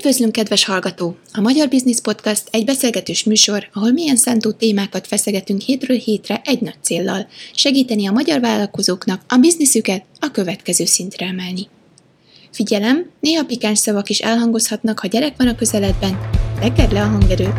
Üdvözlünk, kedves hallgató! A Magyar Business Podcast egy beszélgetős műsor, ahol mélyen szántó témákat feszegetünk hétről hétre egy nagy céllal, segíteni a magyar vállalkozóknak a bizniszüket a következő szintre emelni. Figyelem, néha pikáns szavak is elhangozhatnak, ha gyerek van a közeledben, tekerd le a hangerőt!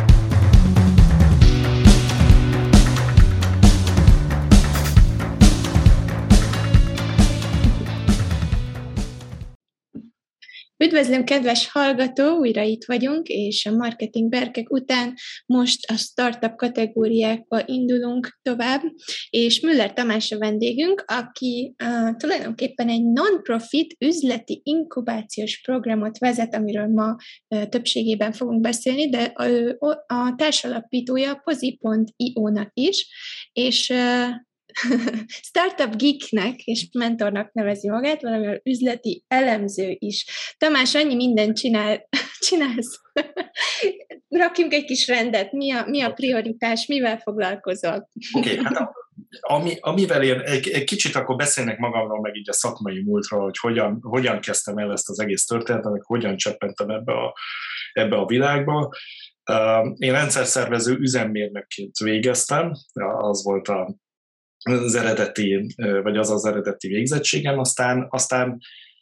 Üdvözlöm, kedves hallgató! Újra itt vagyunk, és a marketing berkek után most a startup kategóriákba indulunk tovább, és Müller Tamás a vendégünk, aki tulajdonképpen egy non-profit üzleti inkubációs programot vezet, amiről ma többségében fogunk beszélni, de a társalapítója Pozi.io-nak is, és Startup Geeknek és mentornak nevezi magát, valamivel üzleti elemző is. Tamás, annyi mindent csinálsz. Rakjunk egy kis rendet. Mi a prioritás? Mivel foglalkozol? Oké, hát amivel én egy kicsit akkor beszélnek magamról, meg így a szakmai múltról, hogy hogyan kezdtem el ezt az egész történetet, meg hogyan cseppentem ebbe a világba. Én rendszerszervező üzemmérnökként végeztem, az volt az eredeti, vagy az eredeti végzettségem, aztán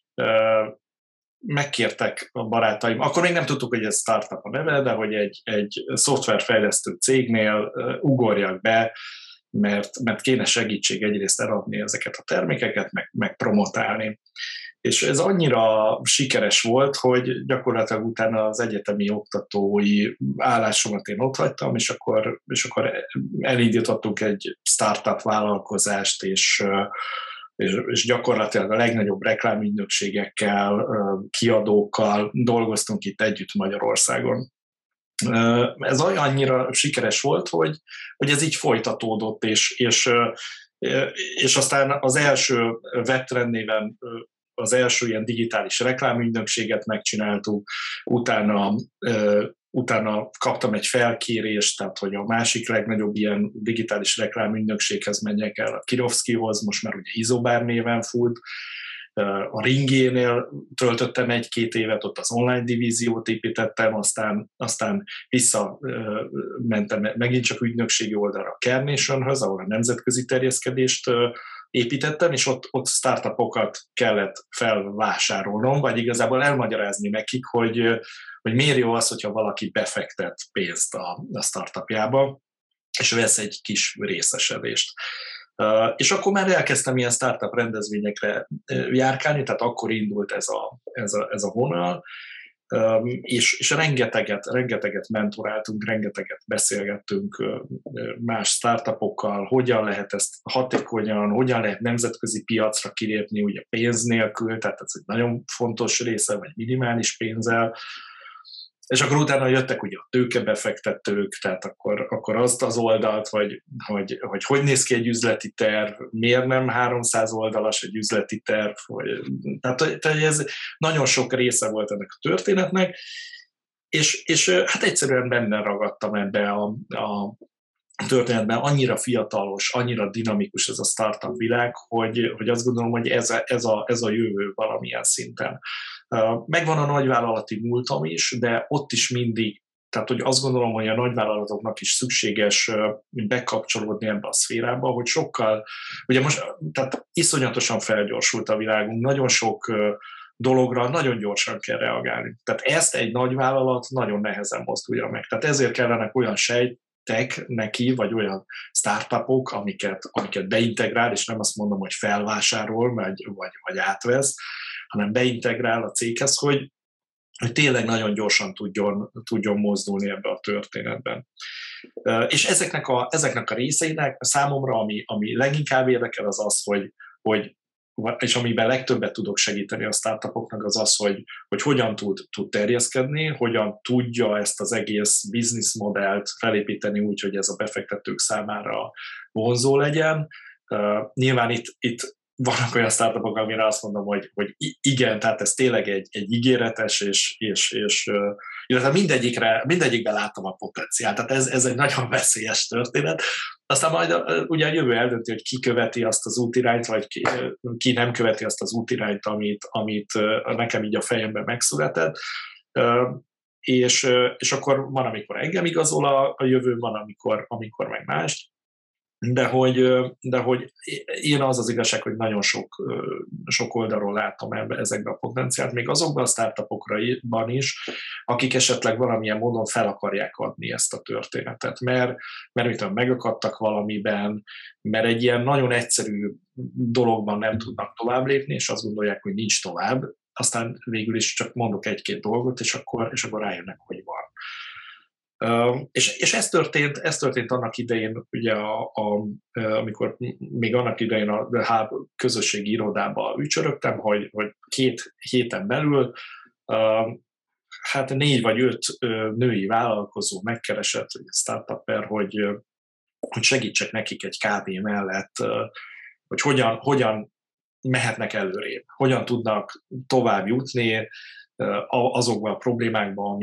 megkértek a barátaim, akkor még nem tudtuk, hogy ez startup a neve, de hogy egy szoftverfejlesztő cégnél ugorjak be, mert kéne segítség egyrészt eladni ezeket a termékeket, meg promotálni. És ez annyira sikeres volt, hogy gyakorlatilag utána az egyetemi oktatói állásomat én otthagytam, és akkor elindítottunk egy startup vállalkozást, és gyakorlatilag a legnagyobb reklámügynökségekkel, kiadókkal dolgoztunk itt együtt Magyarországon. Ez annyira sikeres volt, hogy ez így folytatódott, és aztán az első Webtrend néven az első ilyen digitális reklámügynökséget megcsináltuk, utána kaptam egy felkérést, tehát hogy a másik legnagyobb ilyen digitális reklámügynökséghez menjek el, a Kirovszkihoz, most már ugye Isobár néven fut. A Ringénél töltöttem 1-2 évet, ott az online divíziót építettem, aztán visszamentem megint csak ügynökségi oldalra a Carnationhöz, ahol a nemzetközi terjeszkedést építettem, és ott startupokat kellett felvásárolnom, vagy igazából elmagyarázni nekik, hogy miért jó az, hogyha valaki befektet pénzt a startupjába, és vesz egy kis részesedést. És akkor már elkezdtem ilyen startup rendezvényekre járkálni, tehát akkor indult ez a vonal, és rengeteget mentoráltunk, rengeteget beszélgettünk más startupokkal, hogyan lehet ezt hatékonyan, hogyan lehet nemzetközi piacra kilépni, ugye pénz nélkül, tehát ez egy nagyon fontos része, vagy minimális pénzzel. És akkor utána jöttek ugye a tőkebefektetők, tehát akkor azt az oldalt, hogy néz ki egy üzleti terv, miért nem 300 oldalas egy üzleti terv, tehát ez nagyon sok része volt ennek a történetnek, és hát egyszerűen benne ragadtam ebbe a történetben, annyira fiatalos, annyira dinamikus ez a startup világ, hogy azt gondolom, hogy ez a jövő valamilyen szinten. Megvan a nagyvállalati múltam is, de ott is mindig, tehát hogy azt gondolom, hogy a nagyvállalatoknak is szükséges bekapcsolódni ebbe a szférába, hogy sokkal, ugye most, tehát iszonyatosan felgyorsult a világunk, nagyon sok dologra nagyon gyorsan kell reagálni. Tehát ezt egy nagyvállalat nagyon nehezen mozdulja meg. Tehát ezért kellenek olyan sejtek neki, vagy olyan startupok, amiket beintegrál, és nem azt mondom, hogy felvásárol, vagy átvesz, hanem beintegrál a céghez, hogy tényleg nagyon gyorsan tudjon mozdulni ebbe a történetben. És ezeknek a részeinek számomra, ami leginkább érdekel, az, hogy és amiben legtöbbet tudok segíteni a startupoknak, az, hogy hogyan tud terjeszkedni, hogyan tudja ezt az egész business modellt felépíteni úgy, hogy ez a befektetők számára vonzó legyen. Nyilván itt vannak olyan startupok, amire azt mondom, hogy igen, tehát ez tényleg egy ígéretes, illetve mindegyikben látom a potenciált. Tehát ez egy nagyon veszélyes történet. Aztán majd ugye a jövő eldönti, hogy ki követi azt az útirányt, vagy ki nem követi azt az útirányt, amit nekem így a fejemben megszületett. és akkor van, amikor engem igazol a jövő, van, amikor meg más. De hogy én az igazság, hogy nagyon sok oldalról látom ezekben a potenciált, még azokban a startupokban is, akik esetleg valamilyen módon fel akarják adni ezt a történetet, mert mit tudom, megakadtak valamiben, mert egy ilyen nagyon egyszerű dologban nem tudnak tovább lépni, és azt gondolják, hogy nincs tovább, aztán végül is csak mondok egy-két dolgot, és akkor rájönnek, hogy van. És ez történt annak idején, ugye, amikor még annak idején a The Hub közösségi irodában ücsörögtem, hogy 2 héten belül 4 vagy 5 női vállalkozó megkeresett, egy startupper, hogy segítsek nekik egy kávé mellett, hogy hogyan mehetnek előrébb, hogyan tudnak tovább jutni azokban a problémákban,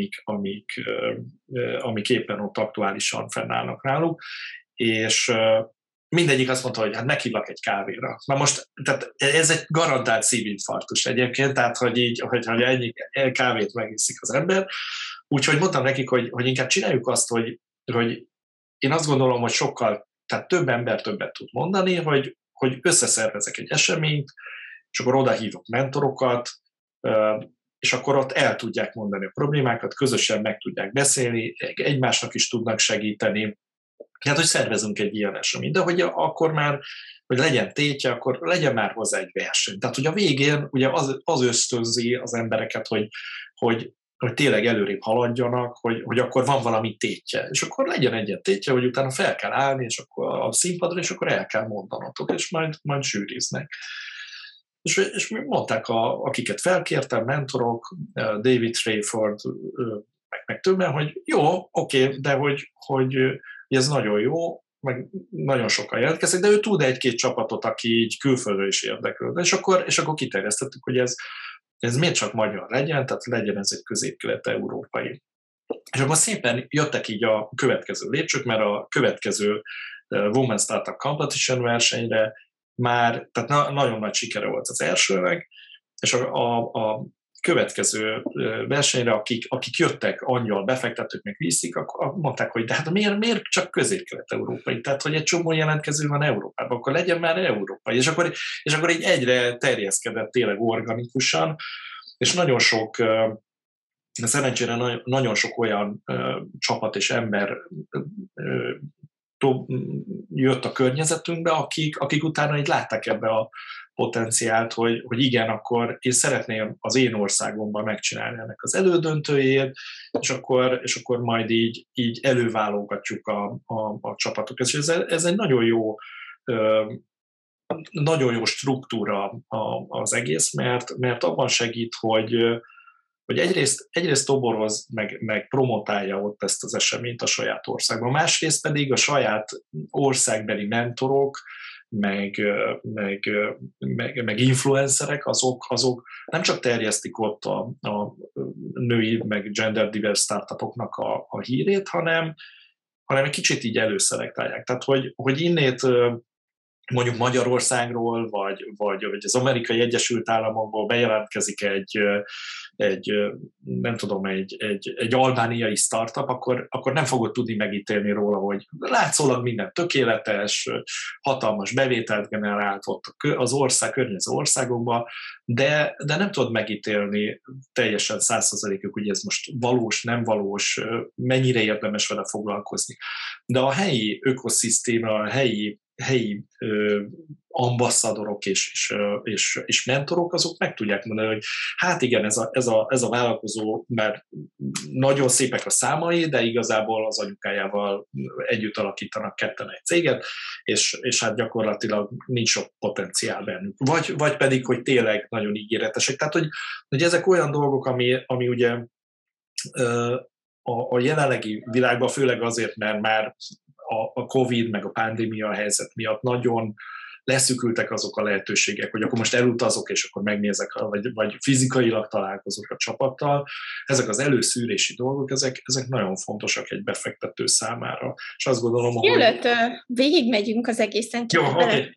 amik éppen ott aktuálisan fennállnak náluk, és mindegyik azt mondta, hogy hát meghívlak egy kávéra. Na most, tehát ez egy garantált szívinfarktus egyébként, tehát hogy ennyi kávét megiszik az ember, úgyhogy mondtam nekik, hogy inkább csináljuk azt, hogy én azt gondolom, hogy sokkal, tehát több ember többet tud mondani, hogy összeszervezek egy eseményt, és akkor oda hívok mentorokat, és akkor ott el tudják mondani a problémákat, közösen meg tudják beszélni, egymásnak is tudnak segíteni. Tehát, hogy szervezünk egy ilyen eseményt, de hogy akkor már, hogy legyen tétje, akkor legyen már hozzá egy verseny. Tehát, hogy a végén ugye az ösztönzi az embereket, hogy tényleg előrébb haladjanak, hogy akkor van valami tétje. És akkor legyen egy ilyen tétje, hogy utána fel kell állni, és akkor a színpadra, és akkor el kell mondanotok, és majd zsűriznek. És mondták, akiket felkértem, mentorok, David Rayford, meg többen, hogy jó, oké, de hogy ez nagyon jó, meg nagyon sokan jelentkeztek, de ő tud egy-két csapatot, aki így külföldről is érdeklődne. És akkor kiterjesztettük, hogy ez miért csak magyar legyen, tehát legyen ez egy közép-kelet-európai. És akkor szépen jöttek így a következő lépcsők, mert a következő Women Startup Competition versenyre már, tehát nagyon nagy sikere volt az elsőnek, és a következő versenyre, akik jöttek angyal befektetőknek viszik, akkor mondták, hogy de hát miért csak közép-kelet-európai? Tehát, hogy egy csomó jelentkező van Európában, akkor legyen már európai. És akkor így egyre terjeszkedett tényleg organikusan, és nagyon sok, szerencsére nagyon sok olyan csapat és ember jött a környezetünkbe, akik utána így látták ebbe a potenciált, hogy igen, akkor én szeretném az én országomban megcsinálni ennek az elődöntőjét, és akkor majd így előválogatjuk a csapatokat. És ez egy nagyon jó struktúra az egész, mert abban segít, hogy egyrészt toboroz, meg promotálja ott ezt az eseményt a saját országban, másrészt pedig a saját országbeli mentorok, meg influencerek, azok nem csak terjesztik ott a női, meg gender diverse startupoknak a hírét, hanem egy kicsit így előszelektálják. Tehát, hogy innét mondjuk Magyarországról, vagy az Amerikai Egyesült Államokból bejelentkezik egy albániai startup, akkor nem fogod tudni megítélni róla, hogy látszólag minden tökéletes, hatalmas bevételt generált ott az környező országokban, de nem tudod megítélni teljesen 100%-ig, hogy ez most valós, nem valós, mennyire érdemes vele foglalkozni. De a helyi ökoszisztéma, a helyi ambasszadorok és mentorok, azok meg tudják mondani, hogy hát igen, ez a vállalkozó, mert nagyon szépek a számai, de igazából az anyukájával együtt alakítanak ketten egy céget, és hát gyakorlatilag nincs sok potenciál bennük. Vagy pedig, hogy tényleg nagyon ígéretesek. Tehát, hogy ezek olyan dolgok, ami ugye a jelenlegi világban, főleg azért, mert már a Covid meg a pandémia helyzet miatt nagyon leszűkültek azok a lehetőségek, hogy akkor most elutazok, és akkor megnézek, vagy fizikailag találkozok a csapattal. Ezek az előszűrési dolgok, ezek nagyon fontosak egy befektető számára. És azt gondolom, Mielőtt végigmegyünk az egészen, csak okay.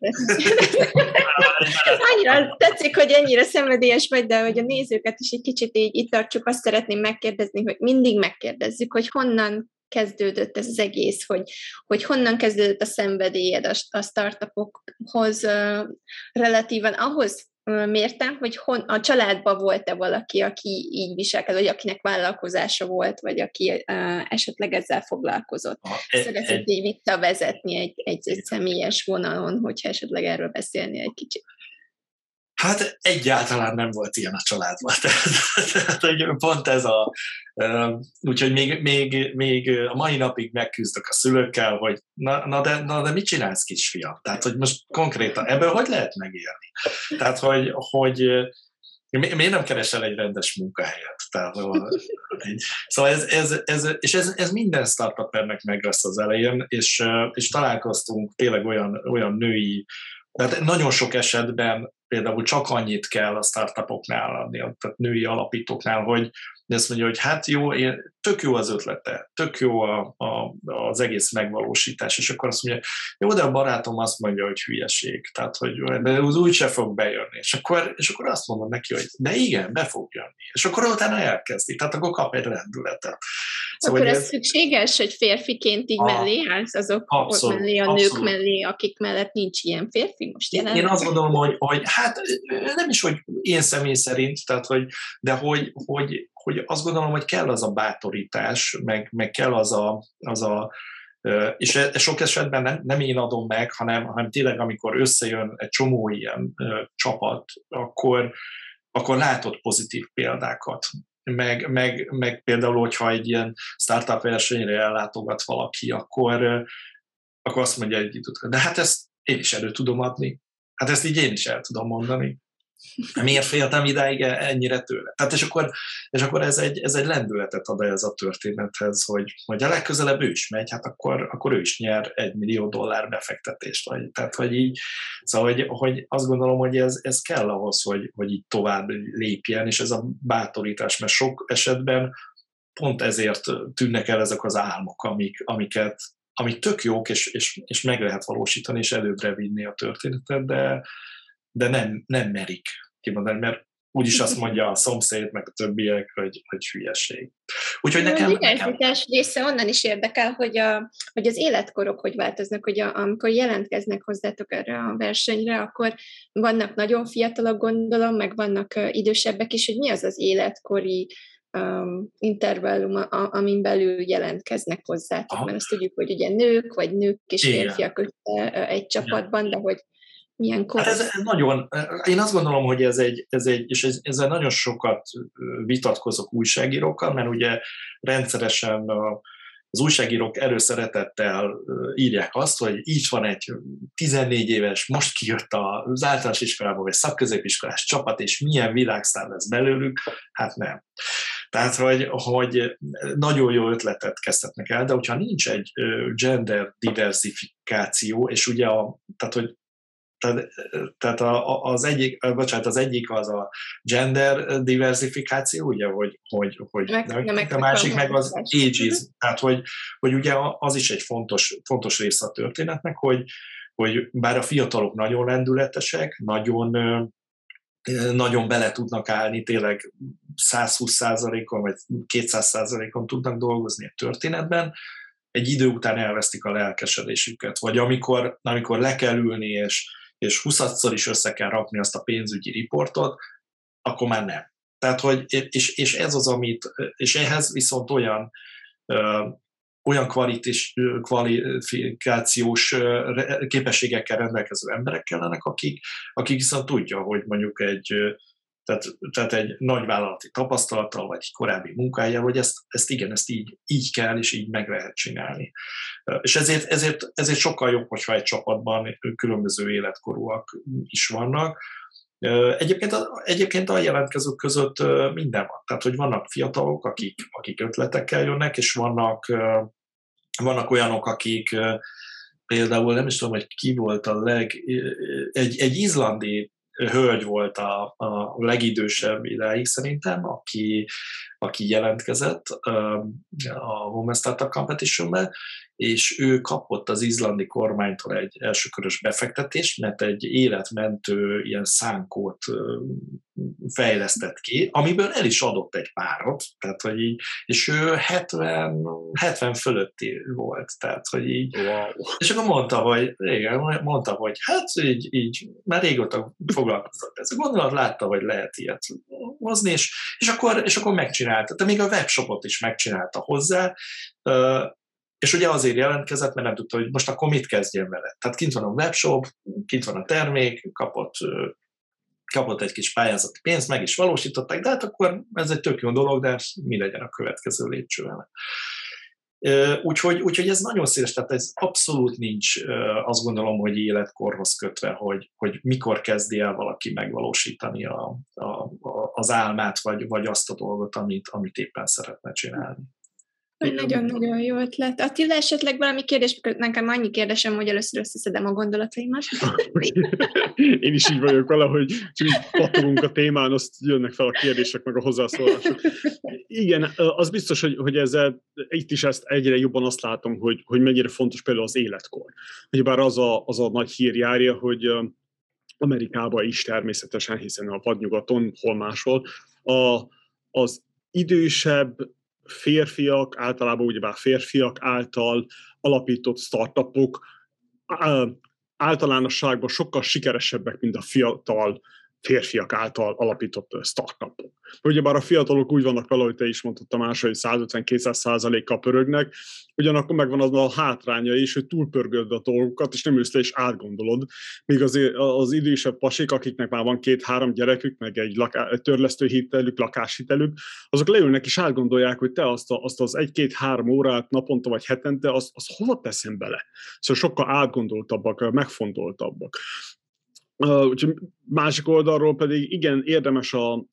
Annyira tetszik, hogy ennyire szenvedélyes vagy, de hogy a nézőket is egy kicsit így itt tartsuk, azt szeretném megkérdezni, hogy mindig megkérdezzük, hogy honnan kezdődött ez az egész, hogy honnan kezdődött a szenvedélyed a startupokhoz relatívan, ahhoz mértem, hogy a családban volt-e valaki, aki így viselkedett, vagy akinek vállalkozása volt, vagy aki esetleg ezzel foglalkozott. Szeretnék így visszavezetni egy személyes vonalon, hogyha esetleg erről beszélni egy kicsit. Hát egyáltalán nem volt ilyen a családban. Tehát pont ez úgyhogy még a mai napig megküzdök a szülőkkel, hogy na de mit csinálsz, kisfiam? Tehát, hogy most konkrétan ebből hogy lehet megélni? Tehát, hogy miért nem keresel egy rendes munkahelyet? Tehát, szóval ez minden startupernek meg lesz az elején, és találkoztunk tényleg olyan női, tehát nagyon sok esetben például csak annyit kell a startupoknál adni, tehát női alapítóknál, hogy azt mondja, hogy hát jó, tök jó az ötlete, tök jó az egész megvalósítás, és akkor azt mondja, jó, de a barátom azt mondja, hogy hülyeség, tehát hogy az úgyse fog bejönni, és akkor azt mondom neki, hogy de igen, be fog jönni, és akkor utána elkezdi, tehát akkor kap egy lendületet. Szóval akkor ez szükséges, hogy férfiként így mellé állsz azok mellé, a nők mellé, akik mellett nincs ilyen férfi most jelen? Én azt gondolom, hogy hát nem is, hogy én személy szerint, tehát de hogy azt gondolom, hogy kell az a bátorítás, meg kell az a és sok esetben nem én adom meg, hanem tényleg, amikor összejön egy csomó ilyen csapat, akkor látod pozitív példákat. Meg például, hogyha egy ilyen startup versenyre ellátogat valaki, akkor azt mondja egy időt, de hát ezt én is elő tudom adni. Hát ezt így én is el tudom mondani. Miért féltem idáig ennyire tőle? Tehát és akkor ez egy lendületet ad ez a történethez, hogy a legközelebb ő is megy, hát akkor ő is nyer $1 millió befektetést. Tehát, hogy így, szóval, hogy azt gondolom, hogy ez kell ahhoz, hogy így tovább lépjen, és ez a bátorítás, mert sok esetben pont ezért tűnnek el ezek az álmok, amik tök jók, és meg lehet valósítani, és előbbre vinni a történetet, de nem merik kimondani, mert úgyis azt mondja a szomszéd, meg a többiek, hogy hülyeség. Úgyhogy nekem... A diversitás része onnan is érdekel, hogy az életkorok hogy változnak, hogy amikor jelentkeznek hozzátok erre a versenyre, akkor vannak nagyon fiatalok, gondolom, meg vannak idősebbek is, hogy mi az az életkori intervallum, amin belül jelentkeznek hozzátok, mert azt tudjuk, hogy ugye nők, vagy nők és férfiak egy csapatban, de hogy milyen kor? Hát ez nagyon, én azt gondolom, hogy és ezzel nagyon sokat vitatkozok újságírókkal, mert ugye rendszeresen az újságírók előszeretettel írják azt, hogy így van egy 14 éves, most kijött az általános iskolából, vagy szakközépiskolás csapat, és milyen világsztár lesz belőlük, hát nem. Tehát, hogy nagyon jó ötletet kezdhetnek el, de hogyha nincs egy gender diversifikáció, és ugye tehát az egyik az a gender diversifikáció, ugye, hogy a másik meg az ageism, tehát hogy ugye az is egy fontos része a történetnek, hogy bár a fiatalok nagyon lendületesek, nagyon bele tudnak állni, tényleg 120%-on vagy 200%-on tudnak dolgozni a történetben, egy idő után elvesztik a lelkesedésüket, vagy amikor le kell ülni, és 20-szor is össze kell rakni azt a pénzügyi riportot, akkor már nem. Tehát, és ez az, és ehhez viszont olyan kvalifikációs képességekkel rendelkező emberek kellenek, akik viszont tudja, hogy mondjuk tehát egy nagyvállalati tapasztalattal, vagy egy korábbi munkájával, hogy ezt így kell, és így meg lehet csinálni. És ezért sokkal jobb, hogyha egy csapatban különböző életkorúak is vannak. Egyébként a jelentkezők között minden van. Tehát, hogy vannak fiatalok, akik ötletekkel jönnek, és vannak olyanok, akik például nem is tudom, hogy ki volt egy izlandi hölgy volt a legidősebb idáig szerintem, aki jelentkezett a Women Startup Competition-be, és ő kapott az izlandi kormánytól egy elsőkörös befektetést, mert egy életmentő ilyen szánkót fejlesztett ki, amiből el is adott egy párat, tehát, hogy így, és ő 70 fölötti volt, tehát, hogy így, wow. És akkor mondta, hogy hát így már régóta foglalkozott ezzel. Gondolat látta, hogy lehet ilyet hozni, és akkor megcsinálta. De még a webshopot is megcsinálta hozzá, és ugye azért jelentkezett, mert nem tudta, hogy most akkor mit kezdjen vele. Tehát kint van a webshop, kint van a termék, kapott egy kis pályázati pénzt, meg is valósították, de hát akkor ez egy tök jó dolog, de mi legyen a következő lépcső vele. Úgyhogy ez nagyon széles, tehát ez abszolút nincs, azt gondolom, hogy életkorhoz kötve, hogy mikor kezdi el valaki megvalósítani az álmát, vagy azt a dolgot, amit éppen szeretne csinálni. Nagyon-nagyon jó ötlet. Attila, esetleg valami kérdés, nekem annyi kérdésem, hogy először összeszedem a gondolataimat. Én is így vagyok valahogy, csak így pattogunk a témán, azt jönnek fel a kérdések, meg a hozzászólások. Igen, az biztos, hogy ezzel, itt is ezt egyre jobban azt látom, hogy mennyire fontos például az életkor. Ugyebár az a nagy hír járja, hogy Amerikában is természetesen, hiszen a vadnyugaton, hol máshol, az idősebb férfiak, általában ugyebár férfiak által alapított startupok általánosságban sokkal sikeresebbek, mint a fiatal férfiak által alapított startupok. Ugyebár a fiatalok úgy vannak vele, hogy te is mondtad, Tamás, hogy 150-200%-kal pörögnek, ugyanakkor megvan az a hátránya is, hogy túlpörgöd a dolgokat, és nem ülsz le és átgondolod. Míg az idősebb pasik, akiknek már van 2-3 gyerekük, meg egy törlesztőhitelük, lakáshitelük, azok leülnek és átgondolják, hogy te azt az 1-2-3 órát naponta vagy hetente, azt hova teszem bele? Szóval sokkal átgondoltabbak, megfontoltabbak. Úgyhogy másik oldalról pedig igen, érdemes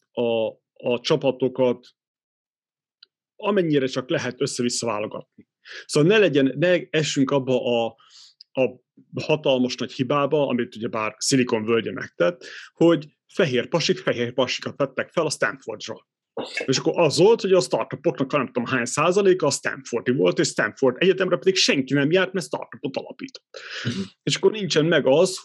a csapatokat amennyire csak lehet össze-vissza válogatni. Szóval ne essünk abba a hatalmas nagy hibába, amit ugyebár Silicon völgye megtett, hogy fehér pasikat vettek fel a Stanfordról. És akkor az volt, hogy a startupoknak nem tudom hány százaléka a Stanfordi volt, és Stanford egyetemre pedig senki nem járt, mert startupot alapított. És akkor nincsen meg az,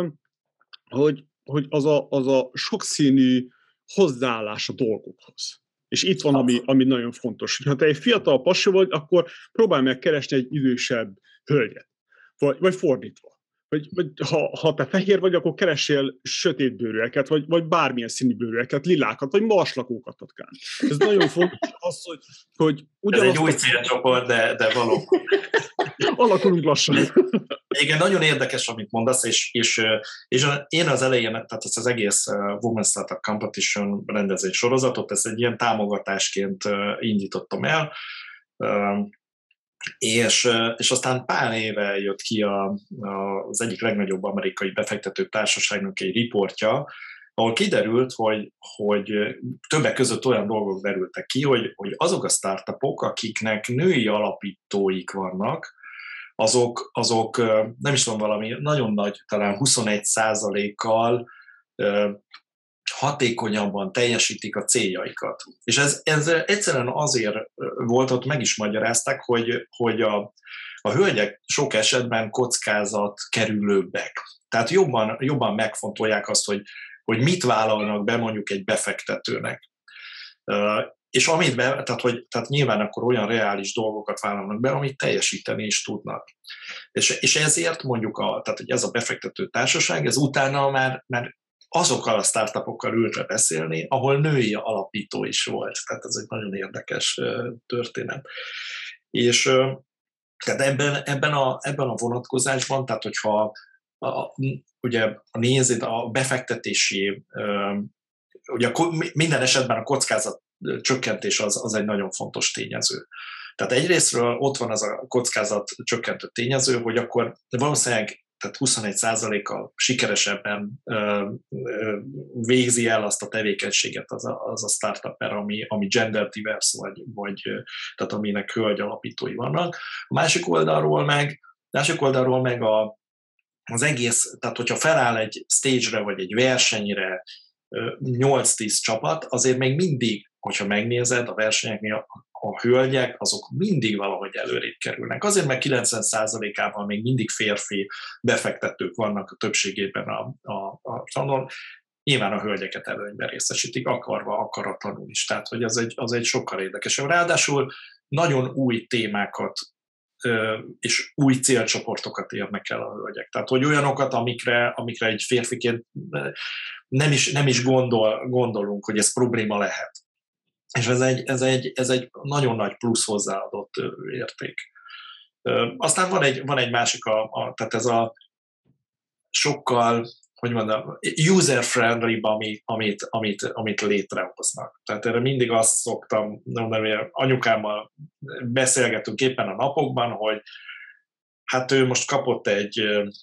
hogy az a sokszínű hozzáállás a dolgokhoz. És itt van, ami nagyon fontos. Ha te egy fiatal pasi vagy, akkor próbálj meg keresni egy idősebb hölgyet. Vagy fordítva. Vagy ha te fehér vagy, akkor keressél sötétbőrűeket, vagy bármilyen színű bőrűeket, lilákat, vagy marslakókat atkán. Ez nagyon fontos az, hogy ugyanazt... Ez egy új célcsoport, de valóban. Alakulunk lassan. Igen, nagyon érdekes, amit mondasz, és én az elején, tehát az egész Women Startup Competition rendező sorozatot, ezt egy ilyen támogatásként indítottam el, és aztán pár éve jött ki az egyik legnagyobb amerikai befektető társaságnak egy riportja, ahol kiderült, hogy többek között olyan dolgok derültek ki, hogy azok a startupok, akiknek női alapítóik vannak, azok nem is tudom, valami nagyon nagy, talán 21%-kal hatékonyabban teljesítik a céljaikat. És ez egyszerűen azért volt, ott meg is magyarázták, hogy a hölgyek sok esetben kockázat kerülőbbek. Tehát jobban megfontolják azt, hogy mit vállalnak be mondjuk egy befektetőnek. És tehát nyilván akkor olyan reális dolgokat vállalnak be, amit teljesíteni is tudnak. És ezért mondjuk, tehát hogy ez a befektető társaság, ez utána már azokkal a startupokkal ült beszélni, ahol női alapító is volt. Tehát ez egy nagyon érdekes történet. És tehát ebben a vonatkozásban, tehát hogyha ugye nézed a befektetési, ugye minden esetben a kockázat csökkentés az egy nagyon fontos tényező. Tehát egyrésztről ott van az a kockázat csökkentő tényező, hogy akkor valószínűleg tehát 21%-kal sikeresebben végzi el azt a tevékenységet az a startuper, ami gender diverse, vagy tehát aminek hölgy alapítói vannak. A másik oldalról meg Másik oldalról meg az egész, tehát hogyha feláll egy stage-re vagy egy versenyre 8-10 csapat, azért még mindig, hogyha megnézed a versenyeknél, a hölgyek, azok mindig valahogy előrébb kerülnek. Azért, mert 90%-ában még mindig férfi befektetők vannak a többségében a salon. Nyilván a hölgyeket előnyben részesítik, akarva, akaratlanul is. Tehát, hogy az egy sokkal érdekesebb. Ráadásul nagyon új témákat és új célcsoportokat érnek el a hölgyek. Tehát, hogy olyanokat, amikre egy férfiként nem is gondolunk, hogy ez probléma lehet. És ez egy nagyon nagy plusz hozzáadott érték. Aztán van egy másik, tehát ez a sokkal, hogy mondom, user-friendly, amit létrehoznak. Tehát erre mindig azt szoktam mondani, hogy anyukámmal beszélgetünk éppen a napokban, hogy hát ő most kapott egy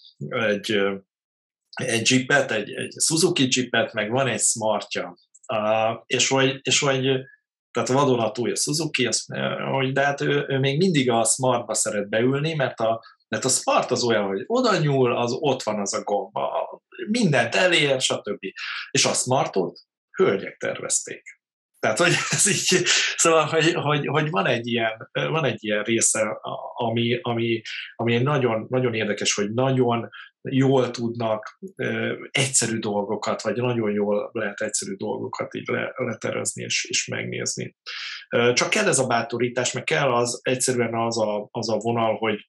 Jeepet, egy Suzuki Jeepet, meg van egy Smartja. És hogy tehát vadonatúj a Suzuki, hogy de hát ő még mindig a Smartba szeret beülni, mert a Smart az olyan, hogy oda nyúl, ott van az a gomb, mindent elér, stb. És a Smartot hölgyek tervezték. Tehát, hogy ez így, szóval, hogy van egy ilyen része, ami nagyon, nagyon érdekes, hogy nagyon jól tudnak egyszerű dolgokat, vagy nagyon jól lehet egyszerű dolgokat így leterezni és megnézni. Csak kell ez a bátorítás, meg kell egyszerűen az a vonal, hogy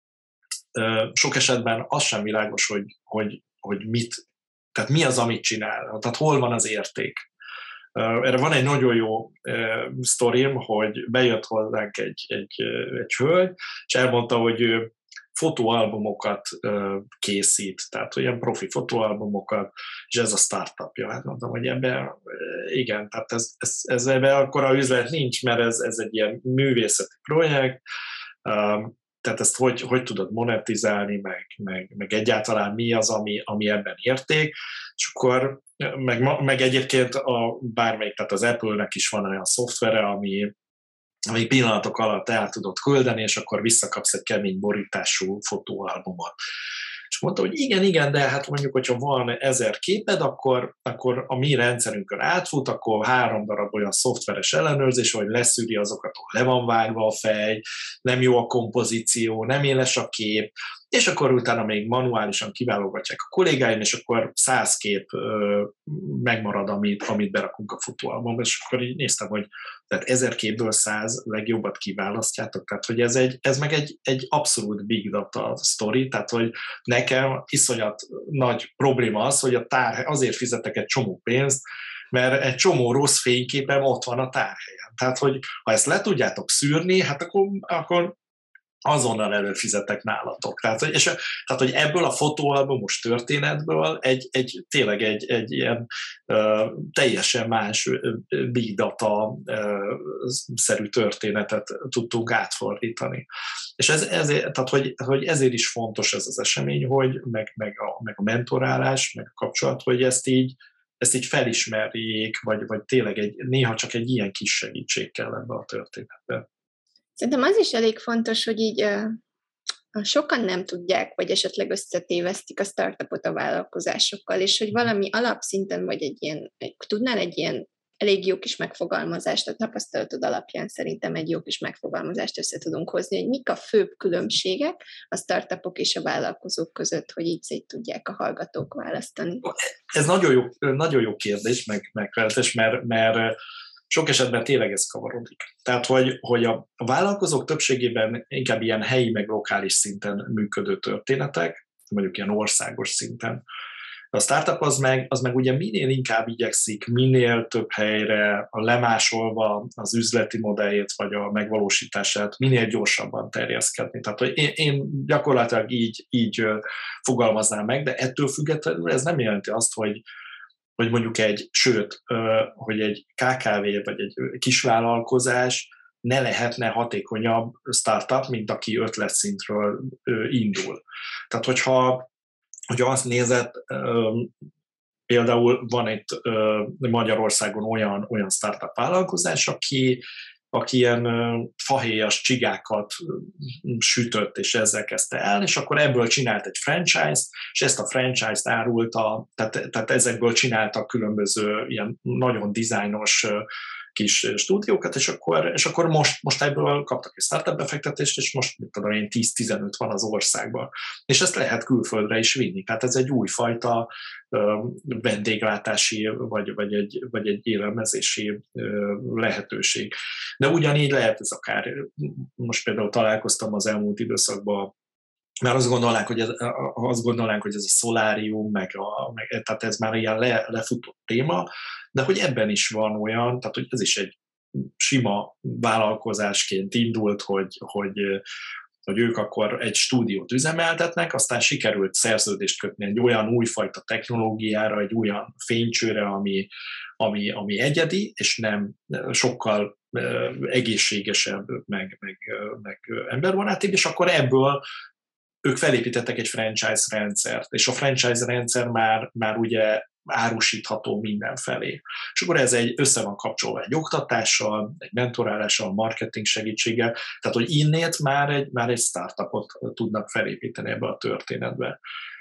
sok esetben az sem világos, hogy tehát mi az, amit csinál, tehát hol van az érték. Erre van egy nagyon jó sztorim, hogy bejött hozzánk egy hölgy, és elmondta, hogy ő fotóalbumokat készít, tehát olyan profi fotóalbumokat, és ez a startupja. Hát mondtam, hogy ebben igen, tehát ez ebben akkora üzlet nincs, mert ez egy ilyen művészeti projekt, tehát ezt hogy tudod monetizálni, meg egyáltalán mi az, ami ebben érték, és akkor meg egyébként bármelyik, tehát az Apple-nek is van olyan szoftvere, ami pillanatok alatt el tudod küldeni, és akkor visszakapsz egy kemény borítású fotóalbumot. És mondta, hogy igen, de hát mondjuk, hogyha van 1000 képed, akkor a mi rendszerünkön átfut, akkor 3 darab olyan szoftveres ellenőrzés, hogy leszűri azokat, ahol le van vágva a fej, nem jó a kompozíció, nem éles a kép, és akkor utána még manuálisan kiválogatják a kollégáim, és akkor 100 kép megmarad, amit berakunk a fotóalbumba, és akkor így néztem, hogy tehát 1000 képből 100 legjobbat kiválasztjátok, tehát hogy ez meg egy abszolút big data sztori, tehát hogy nekem iszonyat nagy probléma az, hogy azért fizetek egy csomó pénzt, mert egy csomó rossz fényképem ott van a tárhelyen. Tehát, hogy ha ezt le tudjátok szűrni, hát akkor azonnal előfizetek nálatok. Tehát, hogy ebből a fotóalbumos történetből tényleg egy ilyen teljesen más big data-szerű történetet tudtunk átfordítani. És tehát, hogy ezért is fontos ez az esemény, hogy meg a mentorálás, meg a kapcsolat, hogy ezt így felismerjék, vagy tényleg néha csak egy ilyen kis segítség kell ebbe a történetbe. Szerintem az is elég fontos, hogy így sokan nem tudják, vagy esetleg összetévesztik a startupot a vállalkozásokkal, és hogy valami alapszinten, vagy tudnál egy ilyen elég jó kis megfogalmazást, a tapasztalatod alapján szerintem egy jó kis megfogalmazást össze tudunk hozni, hogy mik a főbb különbségek a startupok és a vállalkozók között, hogy így szét tudják a hallgatók választani. Ez nagyon jó kérdés, megfelelés, mert sok esetben tényleg ez kavarodik. Tehát, hogy a vállalkozók többségében inkább ilyen helyi meg lokális szinten működő történetek, mondjuk ilyen országos szinten. A startup az meg ugye minél inkább igyekszik, minél több helyre lemásolva az üzleti modelljét vagy a megvalósítását minél gyorsabban terjeszkedni. Tehát, hogy én gyakorlatilag így fogalmaznám meg, de ettől függetlenül ez nem jelenti azt, hogy mondjuk hogy egy KKV vagy egy kisvállalkozás ne lehetne hatékonyabb startup, mint aki ötletszintről indul. Tehát, hogyha azt nézed, például van itt Magyarországon olyan startup vállalkozás, aki aki ilyen fahéjas csigákat sütött, és ezzel kezdte el, és akkor ebből csinált egy franchise-t, és ezt a franchise-t árulta, tehát ezekből csináltak különböző ilyen nagyon dizájnos kis stúdiókat, és akkor most ebből kaptak egy startup befektetést, és most, mit tudom én, 10-15 van az országban. És ezt lehet külföldre is vinni. Tehát ez egy újfajta vendéglátási, vagy egy élelmezési lehetőség. De ugyanígy lehet ez akár, most például találkoztam az elmúlt időszakban, mert azt gondolnánk, hogy ez a szolárium, tehát ez már ilyen lefutott téma, de hogy ebben is van olyan, tehát hogy ez is egy sima vállalkozásként indult, hogy ők akkor egy stúdiót üzemeltetnek, aztán sikerült szerződést kötni egy olyan újfajta technológiára, egy olyan fénycsőre, ami egyedi, és nem sokkal egészségesebb, meg emberbarátibb, és akkor ebből ők felépítettek egy franchise rendszert, és a franchise rendszer már ugye árusítható mindenfelé. És akkor ez össze van kapcsolva egy oktatással, egy mentorálással, marketing segítséggel, tehát hogy innét már egy startupot tudnak felépíteni ebbe a történetbe.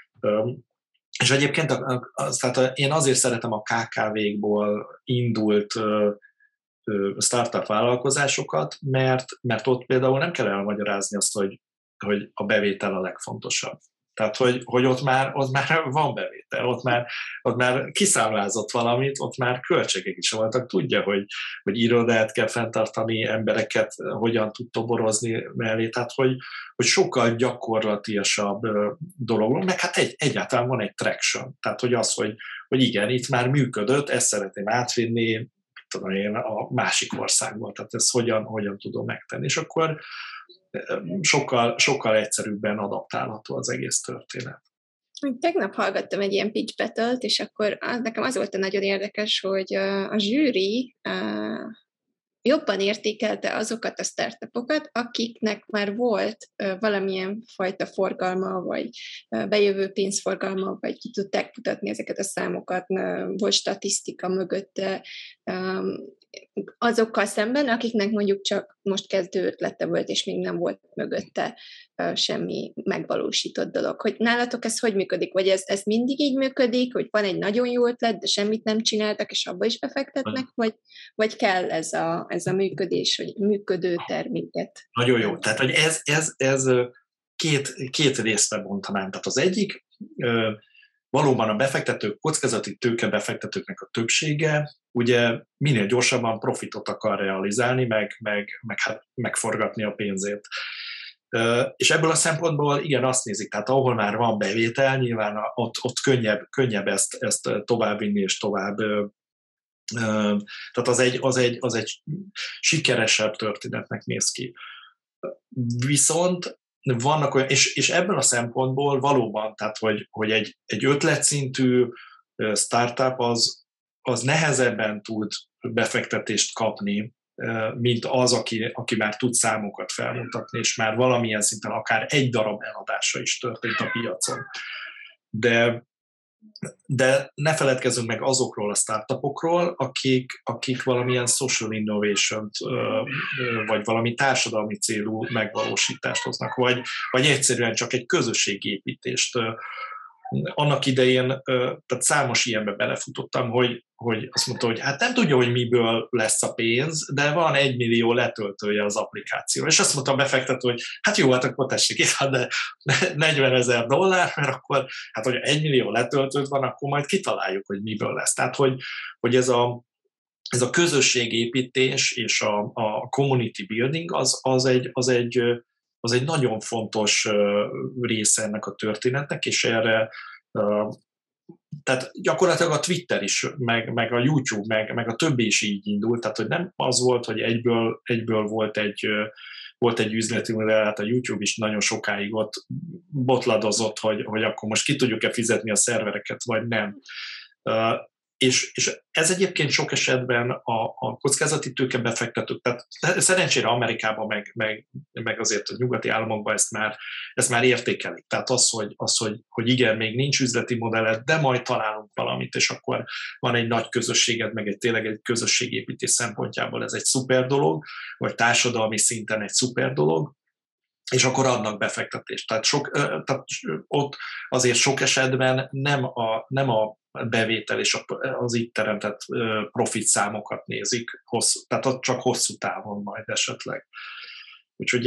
És egyébként tehát én azért szeretem a KKV-kból indult startup vállalkozásokat, mert ott például nem kell elmagyarázni azt, hogy a bevétel a legfontosabb. Tehát, hogy ott már van bevétel, ott már kiszámlázott valamit, ott már költségek is voltak, tudja, hogy irodát kell fenntartani, embereket hogyan tud toborozni mellé, tehát, hogy sokkal gyakorlatiasabb dolog, meg hát egyáltalán van egy traction, tehát, hogy az, hogy igen, itt már működött, ezt szeretném átvinni, tudom én, a másik országból, tehát ezt hogyan tudom megtenni, és akkor sokkal egyszerűbben adaptálható az egész történet. Tegnap hallgattam egy ilyen pitch battle-t, és akkor nekem az volt nagyon érdekes, hogy a zsűri jobban értékelte azokat a startupokat, akiknek már volt valamilyen fajta forgalma, vagy bejövő pénzforgalma, vagy ki tudták mutatni ezeket a számokat, volt statisztika mögötte, azokkal szemben, akiknek mondjuk csak most kezdő ötlete volt, és még nem volt mögötte semmi megvalósított dolog. Hogy nálatok ez hogy működik? Vagy ez mindig így működik, hogy van egy nagyon jó ötlet, de semmit nem csináltak, és abba is befektetnek, vagy kell ez a működés, hogy működő terméket? Nagyon jó. Tehát, hogy ez két részre bontanám. Tehát az egyik, valóban a befektetők, kockázati tőke befektetőknek a többsége ugye minél gyorsabban profitot akar realizálni, meg megforgatni a pénzét. És ebből a szempontból igen, azt nézik, tehát ahol már van bevétel, nyilván ott könnyebb ezt továbbvinni és tovább. Tehát az egy sikeresebb történetnek néz ki. Viszont vannak olyan, és ebből a szempontból valóban, tehát hogy egy ötletszintű startup az nehezebben tud befektetést kapni, mint az, aki már tud számokat felmutatni, és már valamilyen szinten akár egy darab eladása is történt a piacon. De ne feledkezzünk meg azokról a startupokról, akik valamilyen social innovation-t, vagy valami társadalmi célú megvalósítást hoznak, vagy egyszerűen csak egy közösségépítést. Annak idején, tehát számos ilyenbe belefutottam, hogy azt mondta, hogy hát nem tudja, hogy miből lesz a pénz, de van 1 millió letöltője az applikáció. És azt mondta a befektető, hogy hát jó, hát akkor tessék itt, de $40,000, mert akkor, hát hogy 1 millió letöltőt van, akkor majd kitaláljuk, hogy miből lesz. Tehát, hogy ez a közösségépítés és a community building az egy nagyon fontos része ennek a történetnek, és erre tehát gyakorlatilag a Twitter is, meg a YouTube, meg a többi is így indult, tehát hogy nem az volt, hogy egyből volt egy üzleti modell, hát a YouTube is nagyon sokáig ott botladozott, hogy akkor most ki tudjuk-e fizetni a szervereket, vagy nem. És ez egyébként sok esetben a kockázati tőkebefektetők, tehát szerencsére Amerikában, meg azért a nyugati államokban ezt már értékelik. Tehát hogy igen, még nincs üzleti modelled, de majd találunk valamit, és akkor van egy nagy közösséged, meg tényleg egy közösségépítés szempontjából ez egy szuper dolog, vagy társadalmi szinten egy szuper dolog, és akkor adnak befektetést. Tehát ott azért sok esetben nem a bevétel és az itt teremtett profit számokat nézik, tehát csak hosszú távon majd esetleg. Úgyhogy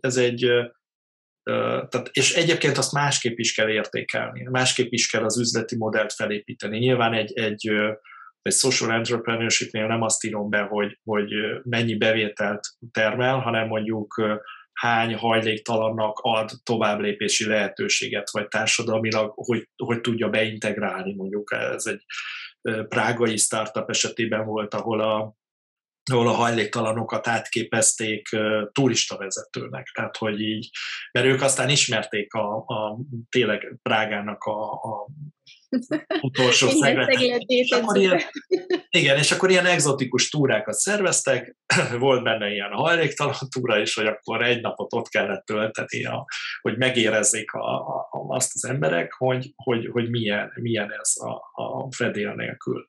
tehát, és egyébként azt másképp is kell értékelni, másképp is kell az üzleti modellt felépíteni. Nyilván egy social entrepreneurshipnél nem azt írom be, hogy mennyi bevételt termel, hanem mondjuk hány hajléktalannak ad továbblépési lehetőséget, vagy társadalmilag, hogy tudja beintegrálni. Mondjuk ez egy prágai startup esetében volt, ahol a hajléktalanokat átképezték turistavezetőnek. Tehát, hogy így, mert ők aztán ismerték tényleg Prágának a utolsó szeglet. Igen, és akkor ilyen egzotikus túrákat szerveztek, volt benne ilyen hajléktalan túra is, hogy akkor egy napot ott kellett tölteni, hogy megérezzék azt az emberek, hogy milyen ez a fedél nélkül.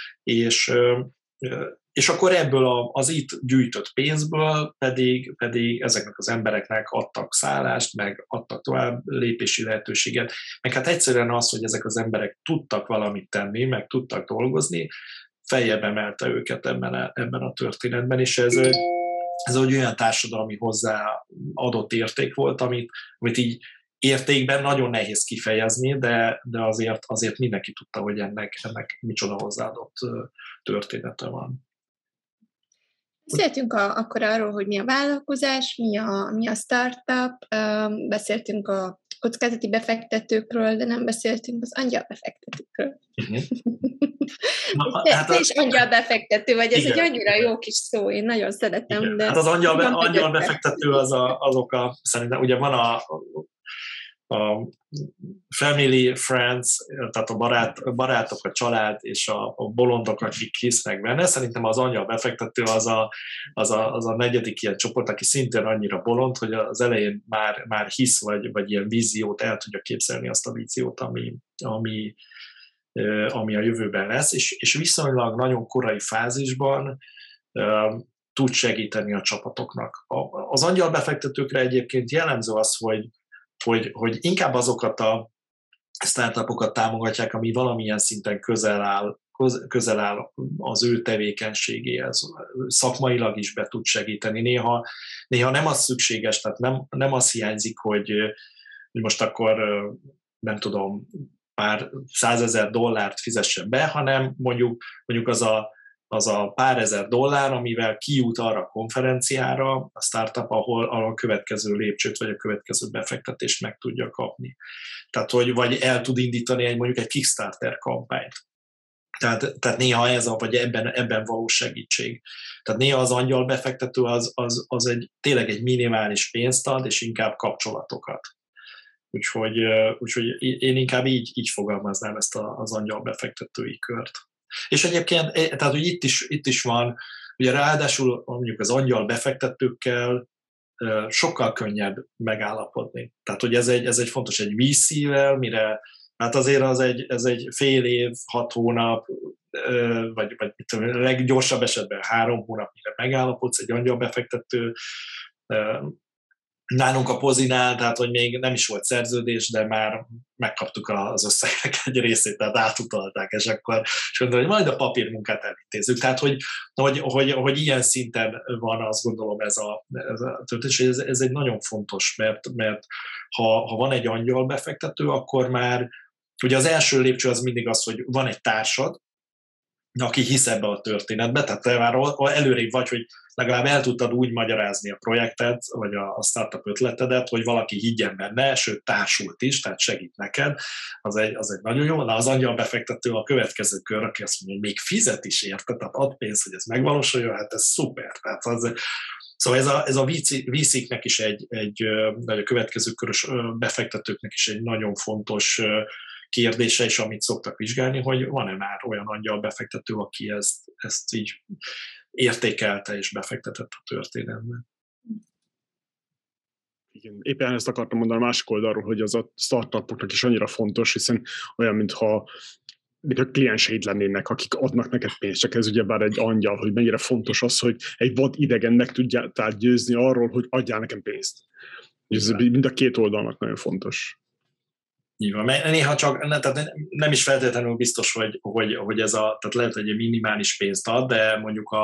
És akkor ebből az itt gyűjtött pénzből pedig ezeknek az embereknek adtak szállást, meg adtak tovább lépési lehetőséget, meg hát egyszerűen az, hogy ezek az emberek tudtak valamit tenni, meg tudtak dolgozni, feljebb emelte őket ebben a történetben, és ez egy olyan társadalmi hozzáadott érték volt, amit így értékben nagyon nehéz kifejezni, de azért mindenki tudta, hogy ennek micsoda hozzáadott története van. Beszéltünk akkor arról, hogy mi a vállalkozás, mi a startup, beszéltünk a kockázati befektetőkről, de nem beszéltünk az angyalbefektetőkről. Te is angyalbefektető vagy, ez igen, egy annyira jó kis szó, én nagyon szeretem. Igen. De hát az angyalbefektető szerintem ugye van a family, friends, tehát a barátok, a család és a bolondok, akik hisznek benne. Szerintem az angyalbefektető az a negyedik ilyen csoport, aki szintén annyira bolond, hogy az elején már hisz, vagy ilyen víziót el tudja képzelni, azt a víziót, ami a jövőben lesz, és viszonylag nagyon korai fázisban tud segíteni a csapatoknak. Az angyalbefektetőkre egyébként jellemző az, hogy inkább azokat a startupokat támogatják, ami valamilyen szinten közel áll az ő tevékenységéhez, szakmailag is be tud segíteni. Néha nem az szükséges, tehát nem az hiányzik, hogy most akkor nem tudom, már $100,000 fizessen be, hanem mondjuk az a pár ezer dollár, amivel kijut arra a konferenciára a startup, ahol a következő lépcsőt vagy a következő befektetést meg tudja kapni. Tehát, vagy el tud indítani mondjuk egy Kickstarter kampányt. Tehát néha vagy ebben való segítség. Tehát néha az angyalbefektető az tényleg egy minimális pénzt ad, és inkább kapcsolatokat. Úgyhogy én inkább így fogalmaznám ezt az angyalbefektetői kört. És egyébként, tehát hogy itt is van, ugye ráadásul mondjuk az angyalbefektetőkkel sokkal könnyebb megállapodni. Tehát, hogy ez egy fontos, egy VC-vel, mire, hát azért ez egy fél év, 6 hónap, vagy leggyorsabb esetben 3 hónap, mire megállapodsz egy angyalbefektető. Nálunk a Pozinál, tehát hogy még nem is volt szerződés, de már megkaptuk az összegnek egy részét, tehát átutalták, és akkor gondolom, hogy majd a papírmunkát elintézzük. Tehát, hogy ilyen szinten van, azt gondolom ez a történet, és ez egy nagyon fontos, mert ha van egy angyalbefektető, akkor már, ugye az első lépcső az mindig az, hogy van egy társad, aki hisz ebbe a történetbe, tehát te már előrébb vagy, hogy legalább el tudtad úgy magyarázni a projektet, vagy a startup ötletedet, hogy valaki higgyen benne, sőt társult is, tehát segít neked, az egy nagyon jó. Na, az angyalbefektető a következő kör, aki azt mondja, hogy még fizet is érte, tehát ad pénzt, hogy ez megvalósuljon, hát ez szuper. Tehát szóval ez a VC-knek is vagy a következő körös befektetőknek is egy nagyon fontos kérdése, és amit szoktak vizsgálni, hogy van-e már olyan angyal befektető, aki ezt így értékelte és befektetett a történetbe. Igen, éppen ezt akartam mondani a másik oldalról, hogy az a startupoknak is annyira fontos, hiszen olyan, mintha klienseid lennének, akik adnak neked pénzt, csak ez ugyebár egy angyal, hogy mennyire fontos az, hogy egy vad idegen meg tudjál győzni arról, hogy adjál nekem pénzt. Ez mind a két oldalnak nagyon fontos. Így van. Néha csak, tehát nem is feltétlenül biztos, hogy ez tehát lehet, hogy egy minimális pénzt ad, de mondjuk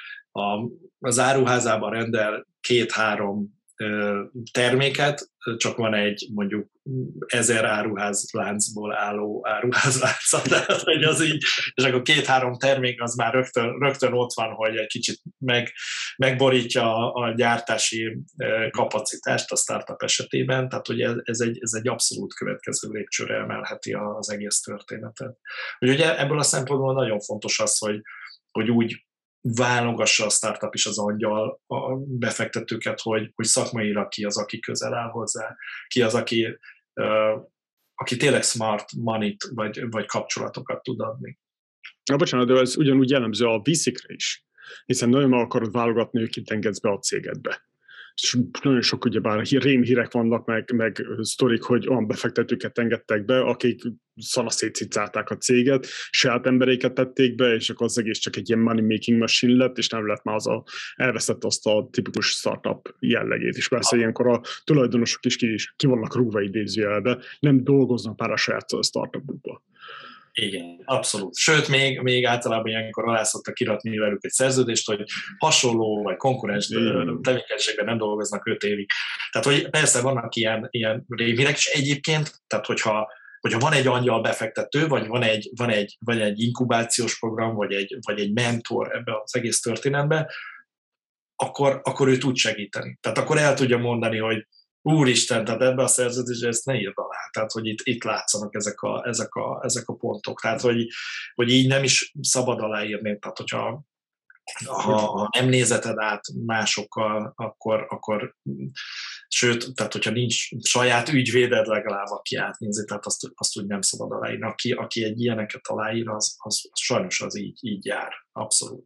az áruházában rendel 2-3 terméket, csak van egy mondjuk 1000 áruházláncból álló áruházlánca, tehát hogy az így, és akkor 2-3 termék az már rögtön ott van, hogy egy kicsit megborítja a gyártási kapacitást a startup esetében, tehát hogy ez egy abszolút következő lépcsőre emelheti az egész történetet. Ugye ebből a szempontból nagyon fontos az, hogy úgy válogassa a startup is az angyal a befektetőket, hogy szakmailag ki az, aki közel áll hozzá, ki az, aki tényleg smart money-t vagy kapcsolatokat tud adni. Bocsánat, de ez ugyanúgy jellemző a VC-kre is, hiszen nagyon meg akarod válogatni, hogy kit engedsz be a cégedbe. És nagyon sok ugyebár rémhírek vannak, meg sztorik, hogy olyan befektetőket engedtek be, akik szanaszétcicálták a céget, saját emberéket tették be, és akkor az egész csak egy ilyen money-making machine lett, és nem lett már elvesztett azt a tipikus startup jellegét. És persze ilyenkor a tulajdonosok is ki vannak rúgva idézőjelbe, nem dolgoznak már a saját startupukba. Igen, abszolút. Sőt, még általában ilyenkor alá szoktak iratni velük egy szerződést, hogy hasonló vagy konkurens tevékenységben nem dolgoznak 5 évig. Tehát, hogy persze vannak ilyen rémhírek, és egyébként, tehát hogyha van egy angyal befektető, vagy van egy inkubációs program, vagy egy mentor ebbe az egész történetben, akkor ő tud segíteni. Tehát akkor el tudja mondani, hogy úristen, tehát ebbe a szerződésbe ezt ne írd alá. Tehát, hogy itt látszanak ezek a pontok. Tehát, hogy így nem is szabad aláírni. Tehát, hogyha nem nézeted át másokkal, akkor sőt, tehát, hogyha nincs saját ügyvéded legalább, aki átnézi, tehát azt úgy nem szabad aláírni. Aki egy ilyeneket aláír, az sajnos az így jár. Abszolút.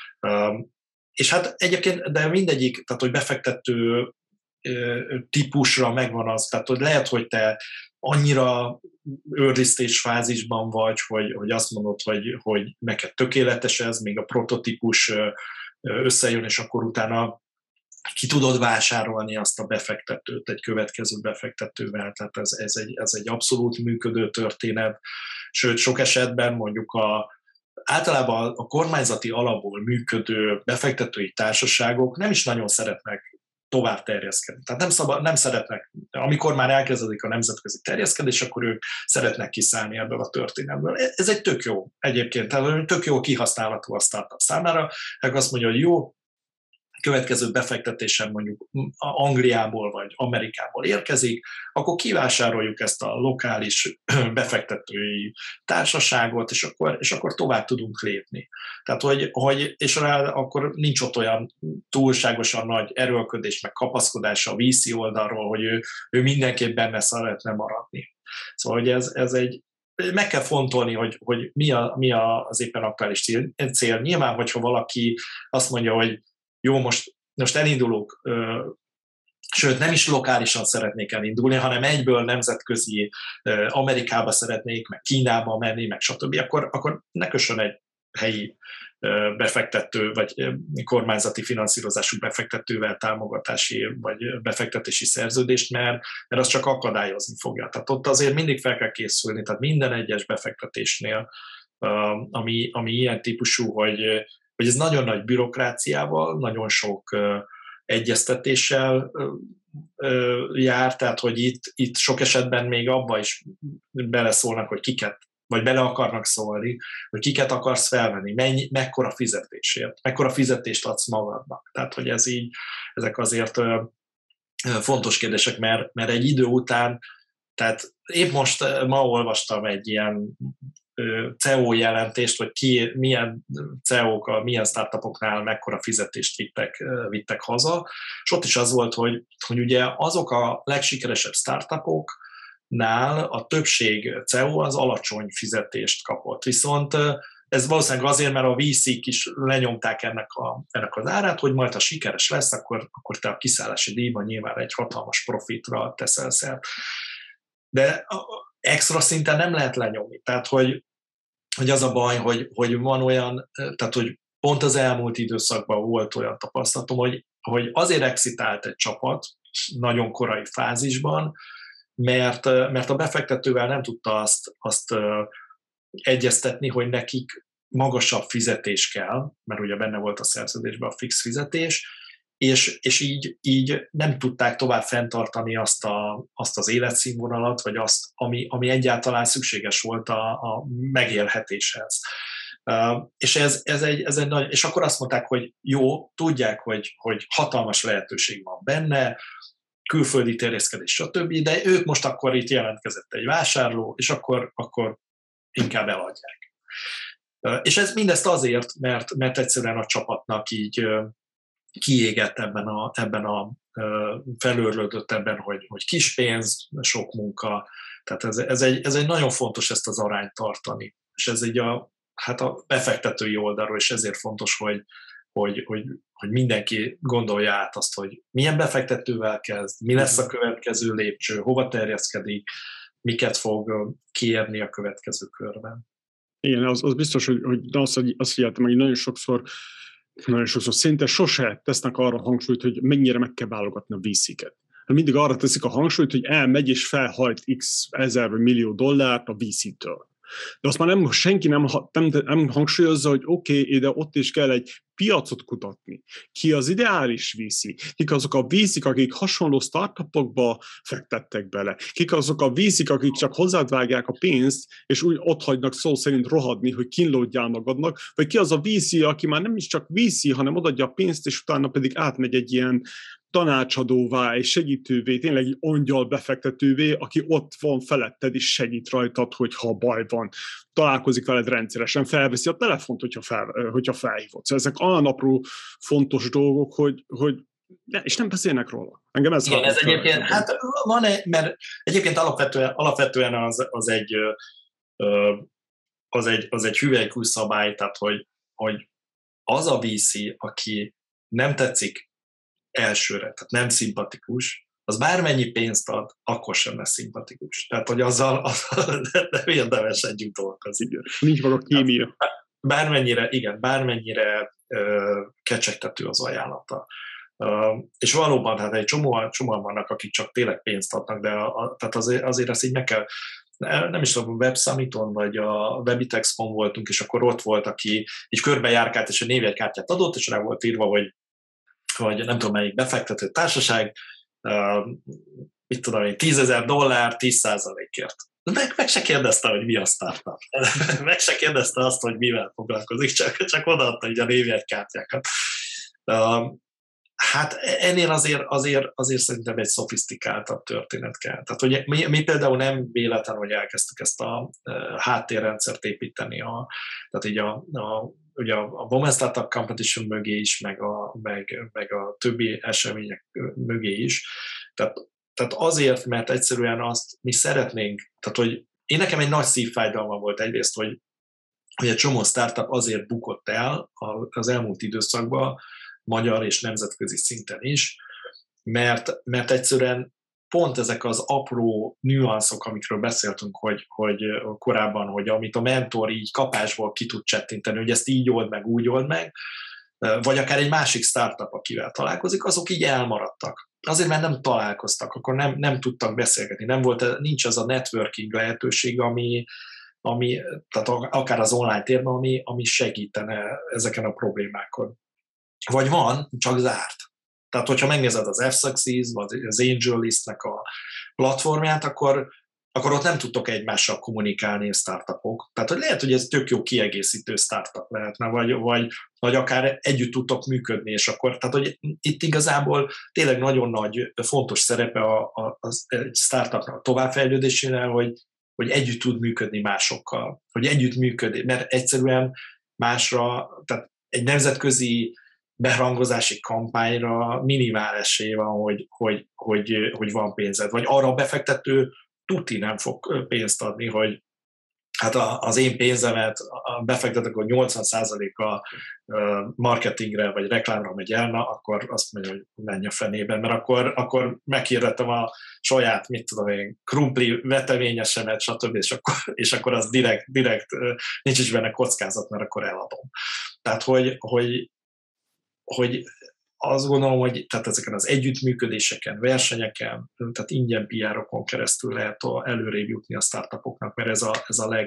És hát egyébként, de mindegyik, tehát, hogy befektető típusra megvan az, tehát hogy lehet, hogy te annyira őrlisztés fázisban vagy, hogy azt mondod, hogy neked tökéletes ez, még a prototípus összejön, és akkor utána ki tudod vásárolni azt a befektetőt egy következő befektetővel, tehát ez egy abszolút működő történet, sőt sok esetben mondjuk általában a kormányzati alapból működő befektetői társaságok nem is nagyon szeretnek tovább terjeszkedni. Tehát nem szeretnek, amikor már elkezdődik a nemzetközi terjeszkedés, akkor ők szeretnek kiszállni ebből a történetből. Ez egy tök jó egyébként, tehát tök jó kihasználható a startup számára, tehát azt mondja, hogy jó, következő befektetésen mondjuk Angliából vagy Amerikából érkezik, akkor kivásároljuk ezt a lokális befektetői társaságot, és akkor tovább tudunk lépni. Tehát, és akkor nincs ott olyan túlságosan nagy erőlködés, meg kapaszkodás a VC oldalról, hogy ő mindenképp benne szeretne maradni. Szóval, hogy ez egy meg kell fontolni, hogy mi az éppen aktuális cél. Nyilván, hogyha valaki azt mondja, hogy jó, most elindulok, sőt nem is lokálisan szeretnék elindulni, hanem egyből nemzetközi Amerikába szeretnék, meg Kínába menni, meg stb., akkor ne kössön egy helyi befektető, vagy kormányzati finanszírozású befektetővel támogatási, vagy befektetési szerződést, mert az csak akadályozni fogja. Tehát ott azért mindig fel kell készülni, tehát minden egyes befektetésnél, ami ilyen típusú, hogy ez nagyon nagy bürokráciával, nagyon sok egyeztetéssel jár, tehát hogy itt sok esetben még abba is beleszólnak, hogy vagy bele akarnak szólni, hogy kiket akarsz felvenni, mekkora fizetésért, mekkora fizetést adsz magadnak. Tehát, hogy ezek azért fontos kérdések, mert egy idő után, tehát épp ma olvastam egy ilyen CEO jelentést, hogy milyen CEO-k, milyen startupoknál mekkora fizetést vittek haza, és ott is az volt, hogy ugye azok a legsikeresebb startupok, a többség CEO az alacsony fizetést kapott. Viszont ez valószínűleg azért, mert a VC-k is lenyomták ennek az árát, hogy majd ha sikeres lesz, akkor te a kiszállási díjban nyilván egy hatalmas profitra teszel szert. De extra szinten nem lehet lenyomni. Tehát, hogy az a baj, hogy van olyan, tehát, hogy pont az elmúlt időszakban volt olyan tapasztalatom, hogy azért exitált egy csapat nagyon korai fázisban, mert a befektetővel nem tudta azt egyeztetni, hogy nekik magasabb fizetés kell, mert ugye benne volt a szerződésben a fix fizetés, és így nem tudták tovább fenntartani azt az életszínvonalat, vagy azt, ami egyáltalán szükséges volt a megélhetéshez. És ez egy nagy, és akkor azt mondták, hogy jó, tudják, hogy hatalmas lehetőség van benne, külföldi terjeszkedés, stb., de ők most akkor itt jelentkezett egy vásárló, és akkor inkább eladják. És ez mindezt azért, mert egyszerűen a csapatnak így kiégett ebben a felőrlődött ebben, hogy kis pénz, sok munka. Tehát ez egy nagyon fontos ezt az arányt tartani. És ez így a befektetői oldalról, és ezért fontos, hogy mindenki gondolja át azt, hogy milyen befektetővel kezd, mi lesz a következő lépcső, hova terjeszkedik, miket fog kérni a következő körben. Igen, az biztos, hogy azt figyeltem, hogy nagyon sokszor szinte sose tesznek arra hangsúlyt, hogy mennyire meg kell válogatni a VC-ket. Mindig arra teszik a hangsúlyt, hogy elmegy és felhajt x ezer vagy millió dollárt a VC-től. De azt már senki nem hangsúlyozza, hogy oké, de ott is kell egy piacot kutatni. Ki az ideális VC? Kik azok a VC-k, akik hasonló startupokba fektettek bele? Kik azok a VC-k, akik csak hozzád vágják a pénzt, és úgy ott hagynak szó szerint rohadni, hogy kínlódjál magadnak? Vagy ki az a VC, aki már nem is csak VC, hanem odaadja a pénzt, és utána pedig átmegy egy ilyen tanácsadóvá, és segítővé, tényleg egy angyal befektetővé, aki ott van feletted, és segít rajtad, hogyha baj van. Találkozik veled rendszeresen, felveszi a telefont, hogyha felhívod. Szóval ezek olyan apró fontos dolgok, hogy és nem beszélnek róla. Engem ez igen, ez egyébként, mert egyébként alapvetően az egy hüvelykúj szabály, tehát hogy az a VC, aki nem tetszik elsőre, tehát nem szimpatikus, az bármennyi pénzt ad, akkor sem lesz szimpatikus. Tehát, hogy azzal nem érdemes együtt dolgozni. Nincs maga kémia. Bármennyire kecsegtető az ajánlata. És valóban, hát egy csomóan vannak, akik csak tényleg pénzt adnak, de tehát azért ezt így meg kell, nem is tudom, Web Summiton vagy a Webitexpon voltunk, és akkor ott volt, aki így körbejárkált, és a névjegykártyát adott, és rá volt írva, hogy nem tudom melyik befektető társaság, mit tudom én, $10,000 10%-ért. Meg se kérdezte, hogy mi a startup. Meg se kérdezte azt, hogy mivel foglalkozik, csak odaadta így a névjegykártyákat. Hát ennél azért szerintem egy szofisztikáltabb történet kell. Tehát, hogy mi például nem véletlen, hogy elkezdtük ezt a háttérrendszert építeni, tehát így ugye a Women Startup Competition mögé is, meg a többi események mögé is. Tehát azért, mert egyszerűen azt mi szeretnénk, tehát hogy én nekem egy nagy szívfájdalma volt egyrészt, hogy egy csomó startup azért bukott el az elmúlt időszakban, magyar és nemzetközi szinten is, mert egyszerűen pont ezek az apró nüanszok, amikről beszéltünk, hogy korábban, hogy amit a mentor így kapásból ki tud csettinteni, hogy ezt így old meg, úgy old meg, vagy akár egy másik startup, akivel találkozik, azok így elmaradtak. Azért, mert nem találkoztak, akkor nem tudtak beszélgetni, nincs az a networking lehetőség, ami tehát akár az online térben, ami segítene ezeken a problémákon. Vagy van, csak zárt. Tehát, hogyha megnézed az F-Success, vagy az AngelList-nek a platformját, akkor ott nem tudtok egymással kommunikálni a startupok. Tehát, hogy lehet, hogy ez tök jó kiegészítő startup lehetne, vagy akár együtt tudtok működni, és akkor, tehát, hogy itt igazából tényleg nagyon nagy, fontos szerepe a startupnak a továbbfejlődésénél, hogy együtt tud működni másokkal, hogy együtt működni, mert egyszerűen másra, tehát egy nemzetközi berangozási kampányra minimál esély van, hogy van pénzed. Vagy arra a befektető tuti nem fog pénzt adni, hogy hát az én pénzemet befektetek, hogy 80%-a marketingre vagy reklámra megy el, akkor azt mondja, hogy menj a fenében, mert akkor meghirdettem a saját, mit tudom én, krumpli veteményesemet, stb. És akkor az direkt nincs is benne kockázat, mert akkor eladom. Tehát, hogy azt gondolom, hogy tehát ezeken az együttműködéseken, versenyeken, tehát ingyen PR-okon keresztül lehet előrébb jutni a startupoknak, mert ez a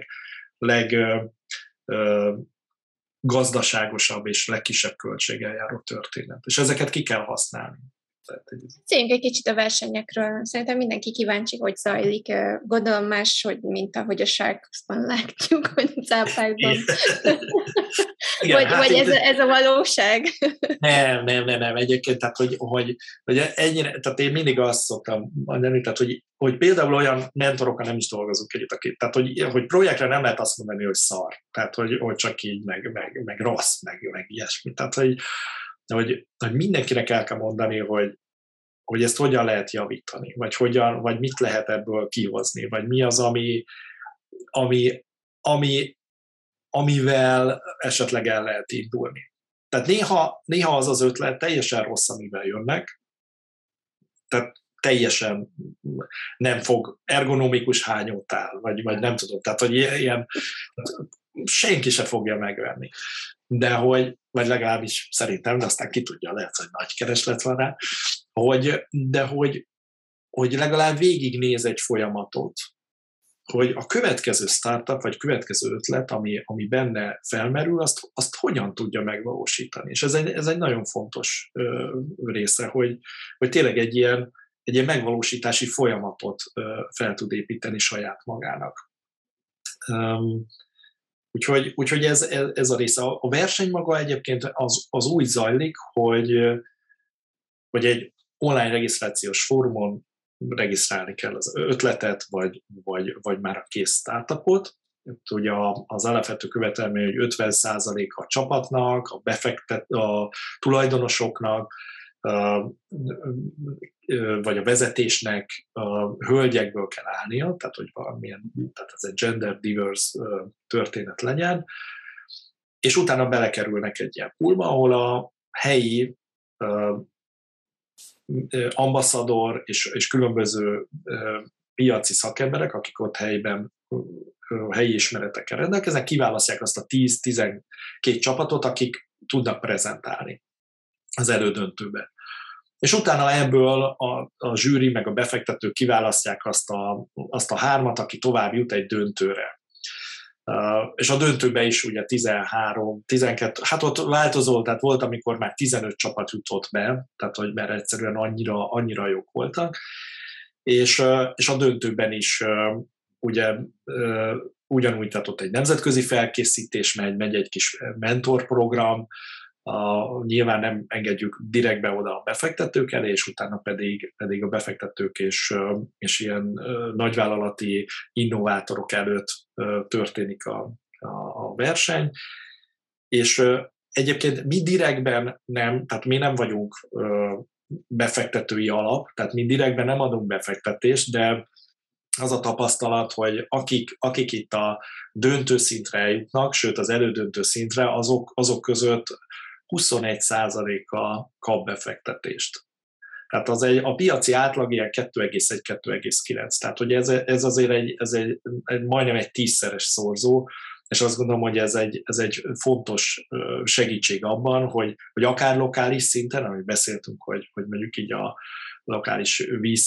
gazdaságosabb és legkisebb költséggel járó történet. És ezeket ki kell használni. Beszéljünk egy kicsit a versenyekről. Szerintem mindenki kíváncsi, hogy zajlik. Gondolom máshogy, mint ahogy a Sharks-ban látjuk, hogy cápákban. Igen, vagy ez a valóság? Nem. Egyébként, tehát, hogy ennyire, tehát én mindig azt szoktam mondani, tehát, hogy például olyan mentorokkal nem is dolgozunk együtt, tehát, hogy projektre nem lehet azt mondani, hogy szar. Tehát, hogy csak így, meg rossz, meg ilyesmi. Tehát, hogy mindenkinek el kell mondani, hogy ezt hogyan lehet javítani, vagy mit lehet ebből kihozni, vagy mi az, amivel esetleg el lehet indulni. Tehát néha az az ötlet teljesen rossz, amivel jönnek, tehát teljesen nem fog ergonomikus hányót áll, vagy nem tudom, tehát hogy ilyen senki se fogja megvenni. Vagy legalábbis szerintem, de aztán ki tudja, lehet, hogy nagy kereslet van rá, hogy legalább végignéz egy folyamatot, hogy a következő startup, vagy következő ötlet, ami benne felmerül, azt hogyan tudja megvalósítani. És ez egy nagyon fontos része, hogy tényleg egy ilyen megvalósítási folyamatot fel tud építeni saját magának. Úgyhogy ez a része. A verseny maga egyébként az úgy zajlik, hogy egy online regisztrációs fórumon regisztrálni kell az ötletet, vagy már a kész startupot. Ugye az alapvető követelmény, hogy 50% a csapatnak, a tulajdonosoknak, vagy a vezetésnek hölgyekből kell állnia, tehát hogy valamilyen, tehát ez egy gender diverse történet legyen, és utána belekerülnek egy ilyen poolba, ahol a helyi ambasszador és különböző piaci szakemberek, akik ott helyben helyi ismeretekkel rendelkeznek, kiválasztják azt a 10-12 csapatot, akik tudnak prezentálni az elődöntőbe. És utána ebből a zsűri meg a befektetők kiválasztják azt a 3, aki tovább jut egy döntőre. És a döntőbe is ugye 13, 12, hát ott változó, tehát volt, amikor már 15 csapat jutott be, tehát hogy mert egyszerűen annyira jók voltak, és a döntőben is ugye ugyanúgy, tehát ott egy nemzetközi felkészítés megy egy kis mentorprogram, nyilván nem engedjük direktbe oda a befektetők elé, és utána pedig a befektetők és ilyen nagyvállalati innovátorok előtt történik a verseny. És egyébként mi direktben nem, tehát mi nem vagyunk befektetői alap, tehát mi direktben nem adunk befektetést, de az a tapasztalat, hogy akik itt a döntőszintre eljutnak, sőt az elődöntő szintre, azok között 21%-a kap befektetést. Tehát a piaci átlag ilyen 2,1-2,9. Tehát hogy ez azért egy majdnem egy 10-szeres szorzó, és azt gondolom, hogy ez egy fontos segítség abban, hogy akár lokális szinten, ahogy beszéltünk, hogy mondjuk így a lokális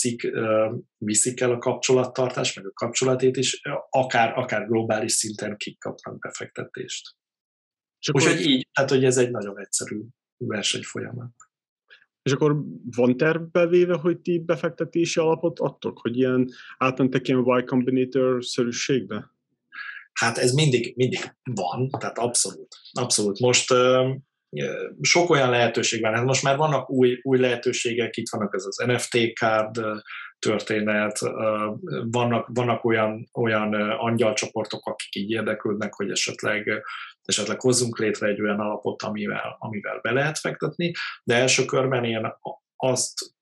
viszik el a kapcsolattartást, meg a kapcsolatét is, akár globális szinten kik kapnak befektetést. Úgyhogy így, tehát hogy ez egy nagyon egyszerű versenyfolyamat. És akkor van tervbe véve, hogy ti befektetési alapot adtok? Hogy átmentek ilyen Y Combinator-szerűségbe? Hát ez mindig van, tehát abszolút. Most sok olyan lehetőség van. Hát most már vannak új lehetőségek, itt vannak ez az NFT card történet, vannak olyan angyalcsoportok, akik így érdeklődnek, hogy esetleg hozzunk létre egy olyan alapot, amivel be lehet fektetni, de első körben én azt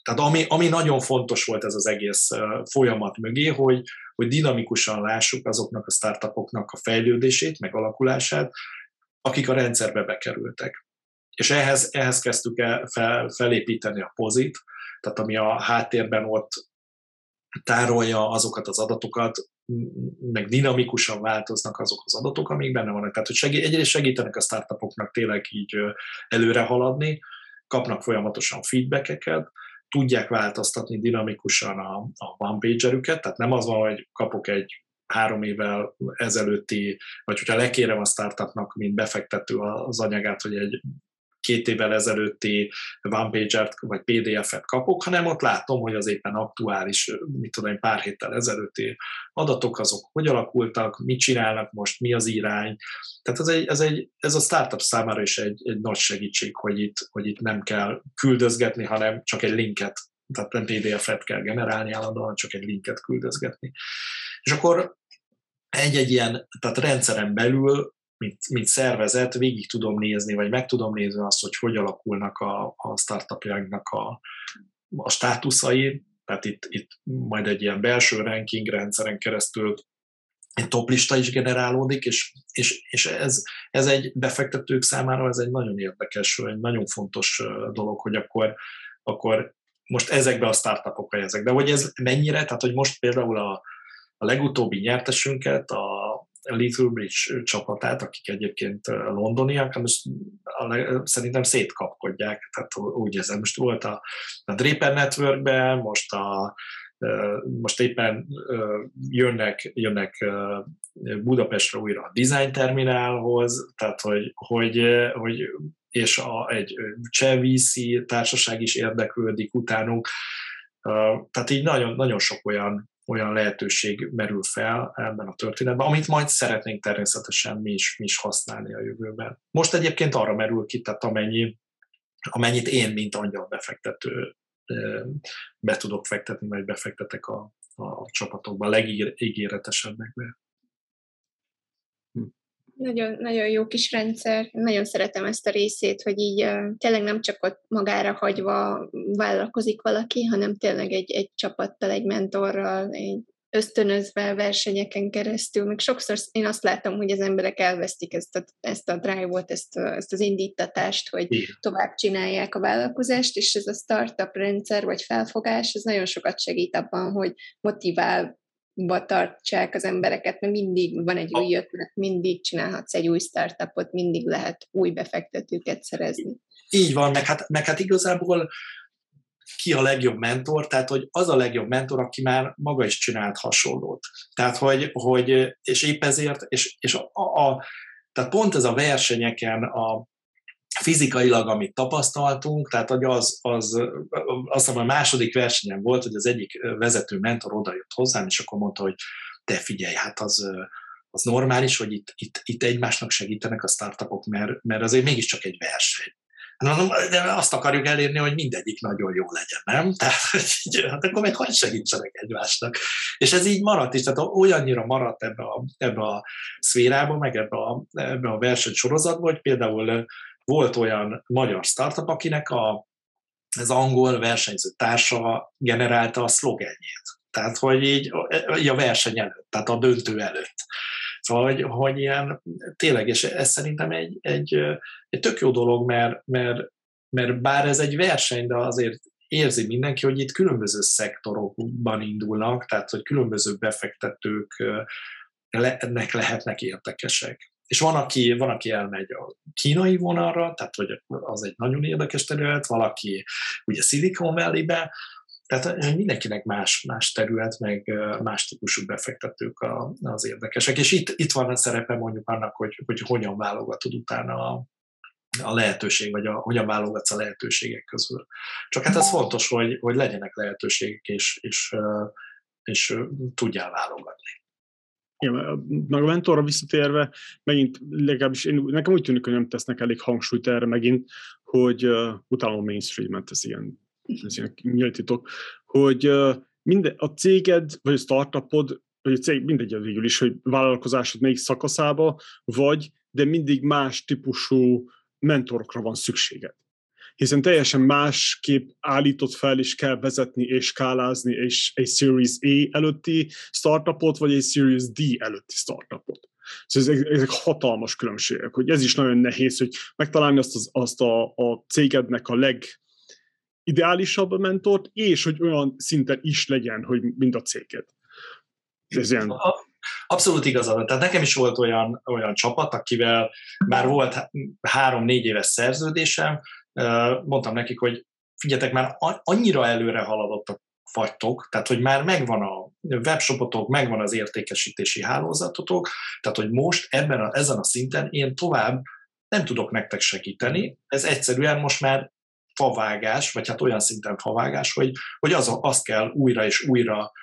Tehát ami nagyon fontos volt ez az egész folyamat mögé, hogy dinamikusan lássuk azoknak a startupoknak a fejlődését, meg alakulását, akik a rendszerbe bekerültek. És ehhez kezdtük el felépíteni a pozit, tehát ami a háttérben ott tárolja azokat az adatokat, meg dinamikusan változnak azok az adatok, amik benne vannak. Tehát, hogy egyrészt segítenek a startupoknak tényleg így előre haladni, kapnak folyamatosan feedbackeket, tudják változtatni dinamikusan a one-pagerüket, tehát nem az van, hogy kapok egy 3 évvel ezelőtti, vagy hogyha lekérem a startupnak, mint befektető az anyagát, hogy egy 2 évvel ezelőtti one-pagert vagy PDF-et kapok, hanem ott látom, hogy az éppen aktuális, pár héttel ezelőtti adatok, azok hogy alakultak, mit csinálnak most, mi az irány. Tehát ez a startup számára is egy nagy segítség, hogy itt nem kell küldözgetni, hanem csak egy linket, tehát nem PDF-et kell generálni állandóan, csak egy linket küldözgetni. És akkor egy ilyen, tehát rendszeren belül mint szervezet végig tudom nézni, vagy meg tudom nézni azt, hogy alakulnak a startupjainknak a státuszai, tehát itt majd egy ilyen belső ranking rendszeren keresztül egy toplista is generálódik, és ez egy befektetők számára ez egy nagyon érdekes, egy nagyon fontos dolog, hogy akkor most ezekbe a startupok helyezek. De hogy ez mennyire, tehát hogy most például a legutóbbi nyertesünket, a Little Bridge csapatát, akik egyébként londoniak, most szerintem szétkapkodják, tehát úgy érzem, most volt a Draper Networkben, most éppen jönnek Budapestre újra a Design Terminálhoz, tehát hogy és egy cseh VC társaság is érdeklődik utánuk, tehát így nagyon, nagyon sok olyan lehetőség merül fel ebben a történetben, amit majd szeretnénk természetesen mi is használni a jövőben. Most egyébként arra merül ki, tehát amennyit én, mint angyalbefektető be tudok fektetni, vagy befektetek a csapatokba, a legígéretesebbekbe. Nagyon, nagyon jó kis rendszer, nagyon szeretem ezt a részét, hogy így tényleg nem csak ott magára hagyva vállalkozik valaki, hanem tényleg egy csapattal, egy mentorral, ösztönözve versenyeken keresztül. Még sokszor én azt látom, hogy az emberek elvesztik ezt a drive-ot, ezt az indítatást, hogy tovább csinálják a vállalkozást, és ez a startup rendszer vagy felfogás, ez nagyon sokat segít abban, hogy motiválva tartsák az embereket, mert mindig van egy új ötlet, mindig csinálhatsz egy új startupot, mindig lehet új befektetőket szerezni. Így van, meg hát igazából ki a legjobb mentor, tehát hogy az a legjobb mentor, aki már maga is csinált hasonlót. Tehát, hogy és épp ezért, tehát pont ez a versenyeken fizikailag, amit tapasztaltunk, tehát hogy azt hiszem a második versenyen volt, hogy az egyik vezető mentor odajött hozzám, és akkor mondta, hogy te figyelj, hát az normális, hogy itt egymásnak segítenek a startupok, mert azért mégiscsak egy verseny. De azt akarjuk elérni, hogy mindegyik nagyon jó legyen, nem? Tehát hát akkor meg hogy segítsenek egymásnak. És ez így maradt is, tehát olyannyira maradt ebbe a szférába, meg ebbe a versenysorozatba, hogy például volt olyan magyar startup, akinek az angol versenyző társa generálta a szlogenjét. Tehát, hogy így a verseny előtt, tehát a döntő előtt. Szóval, hogy ilyen tényleg, és ez szerintem egy tök jó dolog, mert bár ez egy verseny, de azért érzi mindenki, hogy itt különböző szektorokban indulnak, tehát, hogy különböző befektetőknek lehetnek érdekesek. És van, aki elmegy a kínai vonalra, tehát hogy az egy nagyon érdekes terület, valaki ugye Silicon Valley-be, tehát mindenkinek más terület, meg más típusú befektetők az érdekesek. És itt van a szerepe mondjuk annak, hogy hogyan válogatod utána a lehetőség, vagy hogyan válogatsz a lehetőségek közül. Csak hát ez fontos, hogy legyenek lehetőségek, és tudjál válogatni. Igen, meg a mentorra visszatérve, megint legalábbis nekem úgy tűnik, hogy nem tesznek elég hangsúlyt erre megint, hogy utána a mainstream-et, ez ilyen nyíltítok, hogy a céged, vagy a startupod, vagy a cég, mindegy végül is, hogy vállalkozásod melyik szakaszába vagy, de mindig más típusú mentorokra van szükséged. hiszen teljesen másképp állított fel, és kell vezetni és skálázni és egy Series A előtti startupot, vagy egy Series D előtti startupot. Szóval ezek hatalmas különbségek, hogy ez is nagyon nehéz, hogy megtalálni azt a cégednek a legideálisabb mentort, és hogy olyan szinten is legyen, hogy mind a céged. Ez ilyen... Abszolút igazad. Tehát nekem is volt olyan csapat, akivel már volt 3-4 éves szerződésem, mondtam nekik, hogy figyeljetek, már annyira előre haladottak vagytok, tehát hogy már megvan a webshopotok, megvan az értékesítési hálózatotok, tehát hogy most ezen a szinten én tovább nem tudok nektek segíteni, ez egyszerűen most már favágás, vagy hát olyan szinten favágás, hogy azt kell újra és újra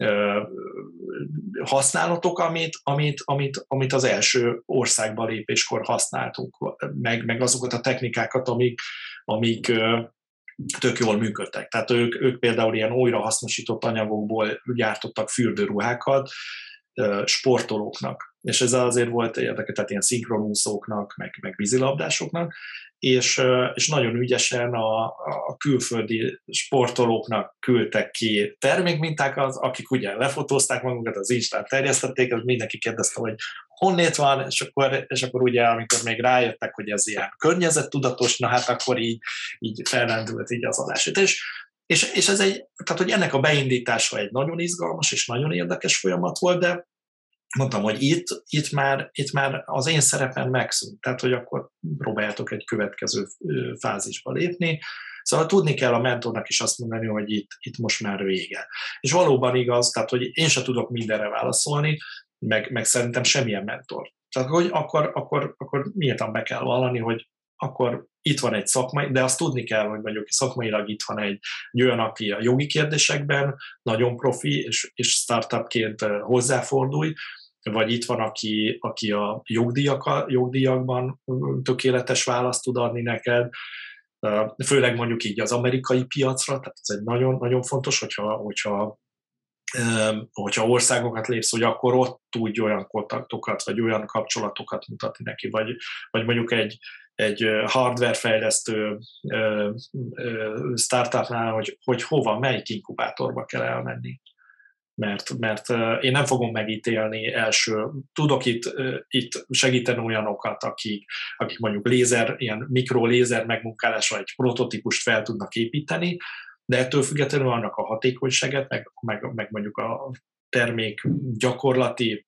használnotok, amit az első országba lépéskor használtunk, meg azokat a technikákat, amik tök jól működtek. Tehát ők például ilyen újrahasznosított anyagokból gyártottak fürdőruhákat sportolóknak. És ez azért volt érdekes, tehát ilyen szinkronúszóknak, meg vízilabdásoknak, és nagyon ügyesen a külföldi sportolóknak küldtek ki termékmintákat, akik ugye lefotózták magukat, az Instán terjesztették, az mindenki kérdezte, hogy honnét van, és akkor ugye, amikor még rájöttek, hogy ez ilyen környezettudatos, na hát akkor így felrendült így az adás. És ez tehát hogy ennek a beindítása egy nagyon izgalmas és nagyon érdekes folyamat volt, de mondtam, hogy itt már az én szerepem megszűnt, tehát hogy akkor próbáljátok egy következő fázisba lépni. Szóval tudni kell a mentornak is azt mondani, hogy itt most már vége. És valóban igaz, tehát hogy én sem tudok mindenre válaszolni, meg szerintem semmilyen mentor. Tehát hogy akkor nyíltan be kell vallani, hogy akkor itt van egy szakmai, de azt tudni kell, hogy mondjuk szakmailag itt van egy olyan, aki a jogi kérdésekben nagyon profi, és startupként hozzáfordulj, vagy itt van, aki a jogdíjakban tökéletes választ tud adni neked, főleg mondjuk így az amerikai piacra, tehát ez egy nagyon, nagyon fontos, hogyha országokat lépsz, hogy akkor ott tudj olyan kontaktokat, vagy olyan kapcsolatokat mutatni neki, vagy mondjuk egy hardware fejlesztő startupnál, hogy hova, melyik inkubátorba kell elmenni. Mert én nem fogom megítélni tudok itt segíteni olyanokat, akik mondjuk ilyen mikrolézer megmunkálásra egy prototípust fel tudnak építeni, de ettől függetlenül annak a hatékonyságát, meg mondjuk a termék gyakorlati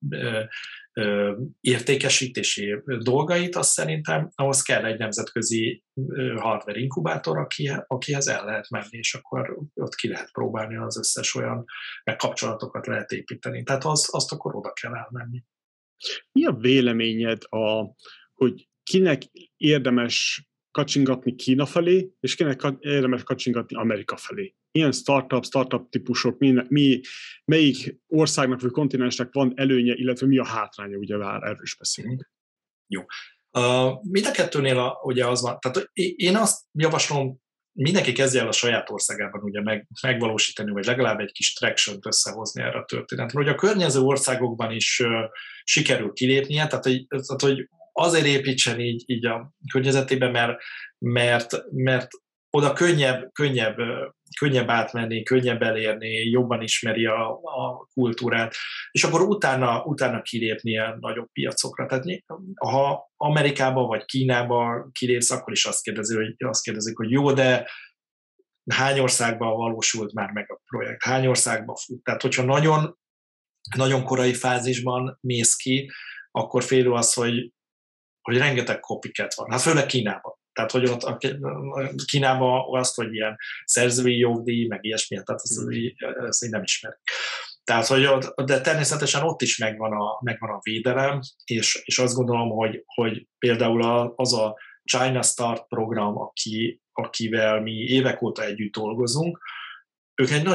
értékesítési dolgait, azt szerintem ahhoz kell egy nemzetközi hardware inkubátor, akihez el lehet menni, és akkor ott ki lehet próbálni az összes olyan kapcsolatokat lehet építeni. Tehát azt akkor oda kell elmenni. Mi a véleményed, hogy kinek érdemes kacsingatni Kína felé, és kinek érdemes kacsingatni Amerika felé? Milyen startup típusok, melyik országnak vagy kontinensnek van előnye, illetve mi a hátránya, ugye már erről is beszélünk. Jó. Mind a kettőnél ugye az van, tehát én azt javaslom, mindenki kezdje el a saját országában ugye megvalósítani, vagy legalább egy kis traction-t összehozni erre a történetre, hogy a környező országokban is sikerül kilépnie, tehát hogy azért építsen így a környezetében, mert oda könnyebb átmenni, könnyebb elérni, jobban ismeri a kultúrát, és akkor utána kilépni ilyen nagyobb piacokra. Tehát ha Amerikába vagy Kínába kilépsz, akkor is azt kérdezik, hogy jó, de hány országban valósult már meg a projekt, hány országban fut. Tehát hogyha nagyon, nagyon korai fázisban mész ki, akkor félő az, hogy rengeteg copycat van. Hát főleg Kínában. Tehát, hogy ott Kínában azt, hogy ilyen szerzői jogdíj, meg ilyesmi, tehát azt így nem ismerik. Tehát, de természetesen ott is megvan a védelem, és azt gondolom, hogy például az a China Start program, akivel mi évek óta együtt dolgozunk, ők egy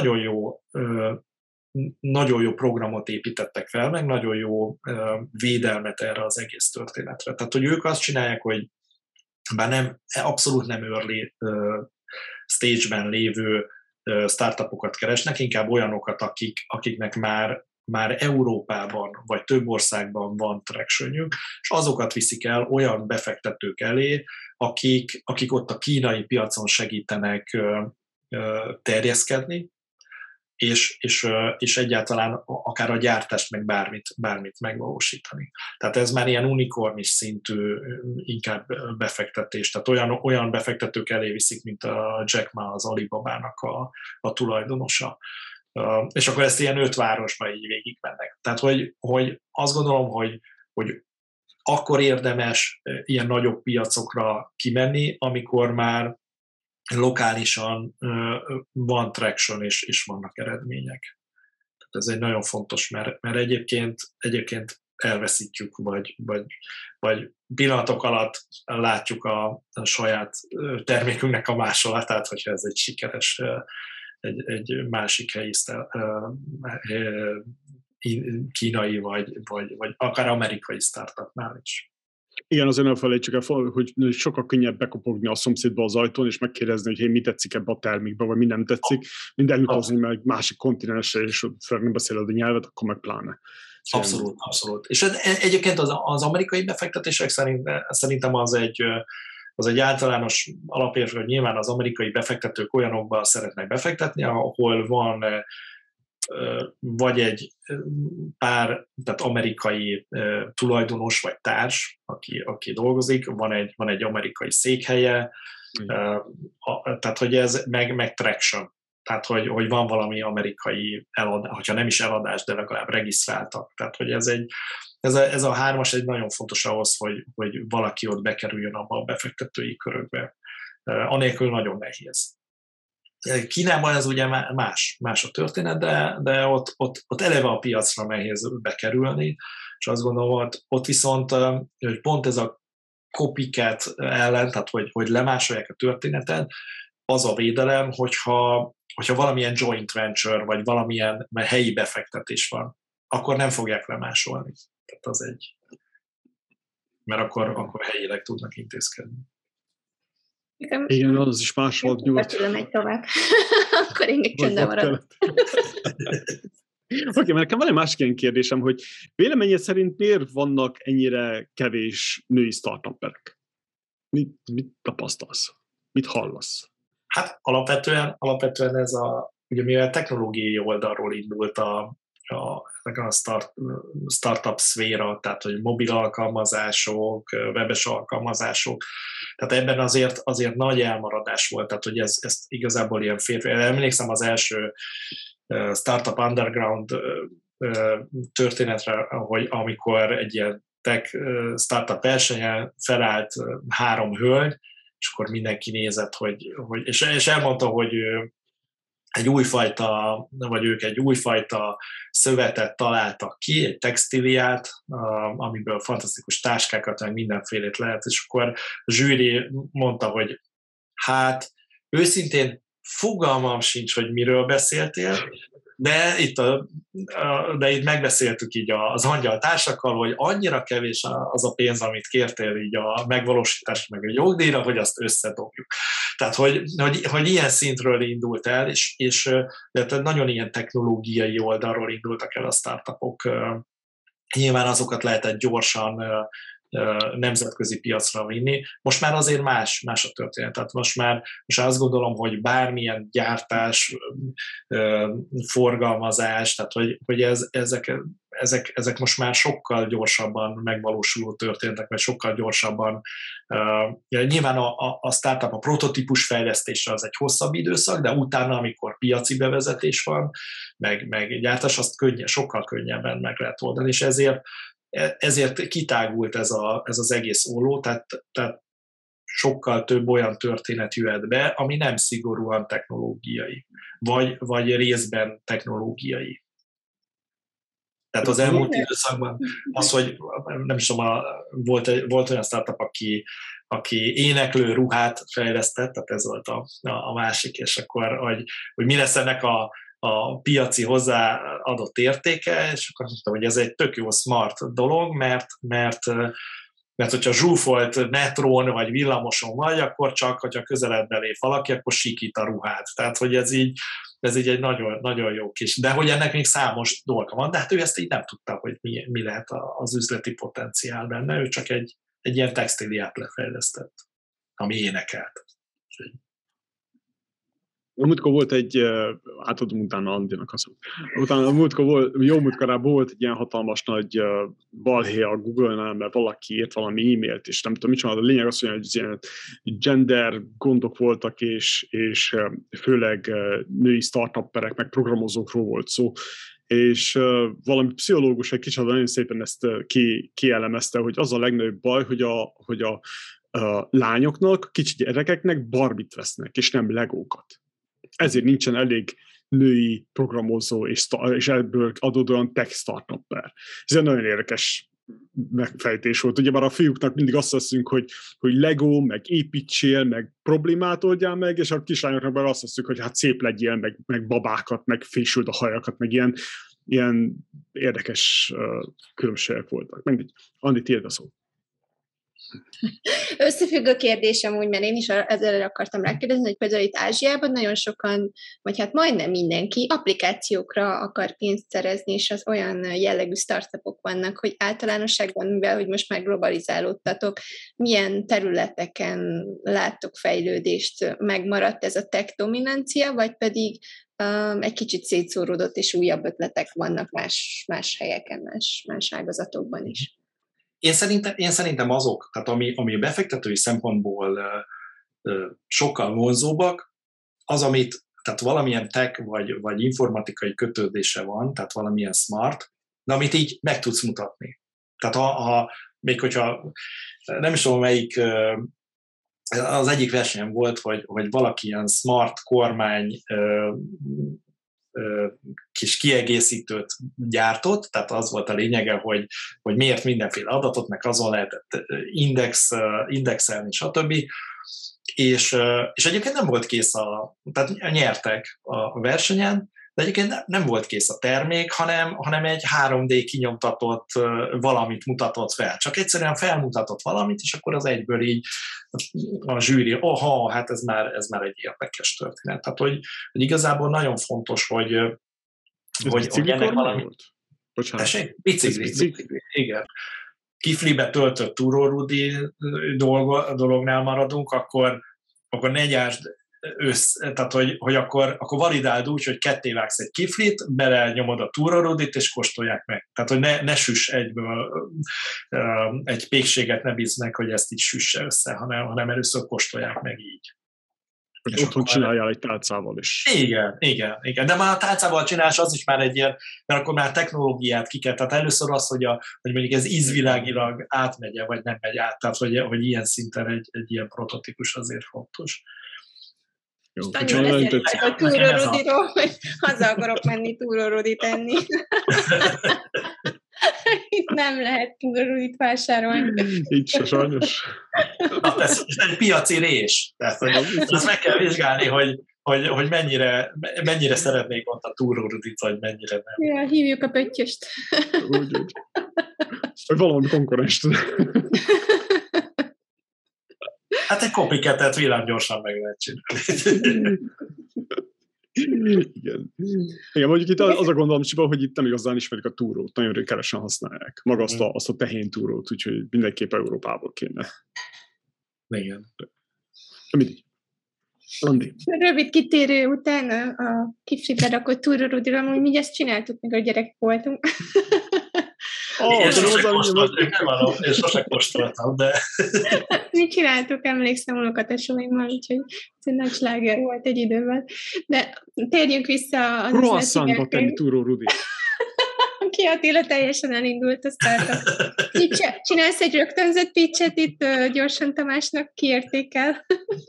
nagyon jó programot építettek fel, meg nagyon jó védelmet erre az egész történetre. Tehát, hogy ők azt csinálják, hogy bár abszolút nem early stage-ben lévő startupokat keresnek, inkább olyanokat, akiknek már Európában vagy több országban van tractionjük, és azokat viszik el olyan befektetők elé, akik ott a kínai piacon segítenek terjeszkedni, és egyáltalán akár a gyártást, meg bármit megvalósítani. Tehát ez már ilyen unikornis szintű inkább befektetés, tehát olyan befektetők elé viszik, mint a Jack Ma, az Alibabának a tulajdonosa. És akkor ezt ilyen 5 városba így végigmennek. Tehát, hogy azt gondolom, hogy akkor érdemes ilyen nagyobb piacokra kimenni, amikor már lokálisan van traction és vannak eredmények. Tehát ez egy nagyon fontos, mert egyébként elveszítjük, vagy pillanatok alatt látjuk a saját termékünknek a másolatát, hogyha ez egy sikeres, egy másik helyi kínai, vagy akár amerikai startupnál is. Igen, azért nem felejtsük el, hogy sokkal könnyebb bekopogni a szomszédba az ajtón, és megkérdezni, hogy mi tetszik ebbe a termékbe, vagy mi nem tetszik, mint elutazni meg egy kontinensre, és nem beszéled a nyelvet, akkor meg pláne. Abszolút. És egyébként az amerikai befektetések szerintem az egy általános alapérv, hogy nyilván az amerikai befektetők olyanokba szeretnek befektetni, ahol van vagy egy pár, tehát amerikai tulajdonos vagy társ, aki dolgozik, van egy amerikai székhelye, tehát hogy ez meg traction, tehát hogy van valami amerikai eladás, hogyha nem is eladás, de legalább regisztráltak. Tehát hogy ez a 3-as egy nagyon fontos ahhoz, hogy valaki ott bekerüljön abba a befektetői körökbe. Anélkül nagyon nehéz. Kínában ez ugye más a történet, de ott eleve a piacra nehéz bekerülni, és azt gondolom, hogy ott viszont hogy pont ez a copycat ellen, tehát hogy lemásolják a történetet, az a védelem, hogyha valamilyen joint venture, vagy valamilyen helyi befektetés van, akkor nem fogják lemásolni. Tehát az mert akkor helyileg tudnak intézkedni. Igen, az is más volt nyugodt. Megy tovább. Akkor én még csöndben maradok. Oké, mert nekem van egy másik ilyen kérdésem, hogy véleményed szerint miért vannak ennyire kevés női startuperek? Mit tapasztalsz? Mit hallasz? Hát alapvetően ez ugye mivel technológiai oldalról indult a startup szféra, tehát hogy mobil alkalmazások, webes alkalmazások, tehát ebben azért nagy elmaradás volt, tehát hogy ezt igazából ilyen férfi. Emlékszem az első Startup Underground történetre, hogy amikor egy ilyen tech startup versenyen felállt 3 hölgy, és akkor mindenki nézett, és elmondta, hogy ők egy újfajta szövetet találtak ki, egy textíliát, amiből fantasztikus táskákat, meg mindenfélét lehet, és akkor a zsűri mondta, hogy hát őszintén fogalmam sincs, hogy miről beszéltél, de itt megbeszéltük így az angyal társakkal, hogy annyira kevés az a pénz, amit kértél így a megvalósításra, meg a jogdíjra, hogy azt összedobjuk. Tehát, hogy ilyen szintről indult el, és nagyon ilyen technológiai oldalról indultak el a startupok. Nyilván azokat lehetett gyorsan nemzetközi piacra vinni. Most már azért más a történet. Tehát most már azt gondolom, hogy bármilyen gyártás, forgalmazás, tehát hogy ezek most már sokkal gyorsabban megvalósuló történetek, vagy sokkal gyorsabban. Nyilván a startup, a prototípus fejlesztése az egy hosszabb időszak, de utána, amikor piaci bevezetés van, meg gyártás, azt sokkal könnyebben meg lehet oldani, és ezért kitágult ez az egész olló, tehát sokkal több olyan történet jöhet be, ami nem szigorúan technológiai, vagy részben technológiai. Tehát az elmúlt időszakban az, hogy nem is tudom, volt olyan startup, aki éneklő ruhát fejlesztett, tehát ez volt a másik, és akkor, hogy mi lesz ennek a piaci hozzáadott értéke, és akkor mondtam, hogy ez egy tök jó smart dolog, mert hogyha zsúfolt metrón vagy villamoson vagy, akkor csak, hogyha közeledbe lép valaki, akkor sikít a ruhát. Tehát, hogy ez így egy nagyon, nagyon jó kis. De hogy ennek még számos dolga van, de hát ő ezt így nem tudta, hogy mi lehet az üzleti potenciál benne, ő csak egy ilyen textíliát lefejlesztett. ami énekelt. Múltkor volt egy, átadom utána Andinak azt. Utána múltkorában volt egy ilyen hatalmas nagy balhé a Google-nál, mert valaki írt valami e-mailt, és nem tudom, mit csinál, a lényeg az, hogy ilyen gender gondok voltak, és főleg női startupperek, meg programozókról volt szó, és valami pszichológus egy kicsit nagyon szépen ezt kielemezte, hogy az a legnagyobb baj, hogy a lányoknak, kicsi gyerekeknek Barbit vesznek, és nem Legókat. Ezért nincsen elég női programozó, és ebből adódóan tech startupper. Ez egy nagyon érdekes megfejtés volt. Ugye már a fiúknak mindig azt veszünk, hogy Lego, meg építsél, meg problémát oldjál meg, és a kislányoknak már azt veszünk, hogy hát szép legyél, meg babákat, meg fésüld a hajakat, meg ilyen érdekes különbségek voltak. Mindegy. Andi, tiéd a szó. Összefüggő kérdésem úgy, mert én is ezzel akartam rákérdezni, hogy például itt Ázsiában nagyon sokan, vagy hát majdnem mindenki applikációkra akar pénzt szerezni, és az olyan jellegű startupok vannak, hogy általánosságban, mivel hogy most már globalizálódtatok, milyen területeken láttok fejlődést, megmaradt ez a tech dominancia, vagy pedig egy kicsit szétszóródott, és újabb ötletek vannak más helyeken, más ágazatokban is. Én szerintem azok, tehát ami befektetői szempontból sokkal vonzóbbak, az, tehát valamilyen tech vagy informatikai kötődése van, tehát valamilyen smart, de amit így meg tudsz mutatni. Tehát még hogyha nem is tudom melyik, az egyik versenyen volt, hogy valaki ilyen smart kormány kis kiegészítőt gyártott, tehát az volt a lényege, hogy miért mindenféle adatot, meg azon lehetett indexelni, stb. És egyébként nem volt kész tehát nyertek a versenyen, de egyébként nem volt kész a termék, hanem egy 3D kinyomtatott valamit mutatott fel. Csak egyszerűen felmutatott valamit, és akkor az egyből így a zsűri, hát ez már egy érdekes történet. Tehát, hogy igazából nagyon fontos, hogy ennek valami... Bocsánat. Bicikli. Igen. Kiflibe töltött túrórudi dolognál maradunk, akkor ne gyásd tehát, hogy akkor validáld úgy, hogy ketté vágsz egy kiflit, belenyomod a túrórudit, és kóstolják meg. Tehát, hogy ne süss egyből egy pékséget, ne bízd meg, hogy ezt így süsse össze, hanem először kóstolják meg így. Hogy otthon csináljál egy tálcával is. Igen. De már a tálcával csinálás az is már egy ilyen, mert akkor már technológiát ki kell. Tehát először az, hogy mondjuk ez ízvilágilag átmegye, vagy nem megy át. Tehát, hogy ilyen szinten egy ilyen prototípus azért fontos. Jó, nagyon beszéltek a túrórodiról, hogy haza akarok menni túrórodit enni. Itt nem lehet túrórodit vásárolni. Így se sajnos. Ez egy piaci rés. Tehát, azt meg kell vizsgálni, hogy mennyire szeretnék ott a túrórodit, vagy mennyire nem. Ja, hívjuk a pöttyöst. Úgy. Vagy valami konkurenst. Hát egy copycatet villámgyorsan meg lehet csinálni. Igen, mondjuk itt az a gondolom, Csiba, hogy itt nem igazán ismerik a túrót, nagyon keresen használják. Maga azt a tehén túrót, úgyhogy mindenképp Európából kéne. Igen. Mindig. Andi. Rövid kitérő után a kiflibe rakott túrórodira, amúgy mi ezt csináltuk, még a gyerek voltunk. Én sose kóstoltam, de... Mi csináltuk, emlékszem unokatesóimmal, úgyhogy ez egy nagy sláger volt egy időben. De térjünk vissza az Croissantba tenni túró Rudi. Ki Attila teljesen elindult a startup. Csinálsz egy rögtönzött pitchet itt gyorsan Tamásnak, kiértékel.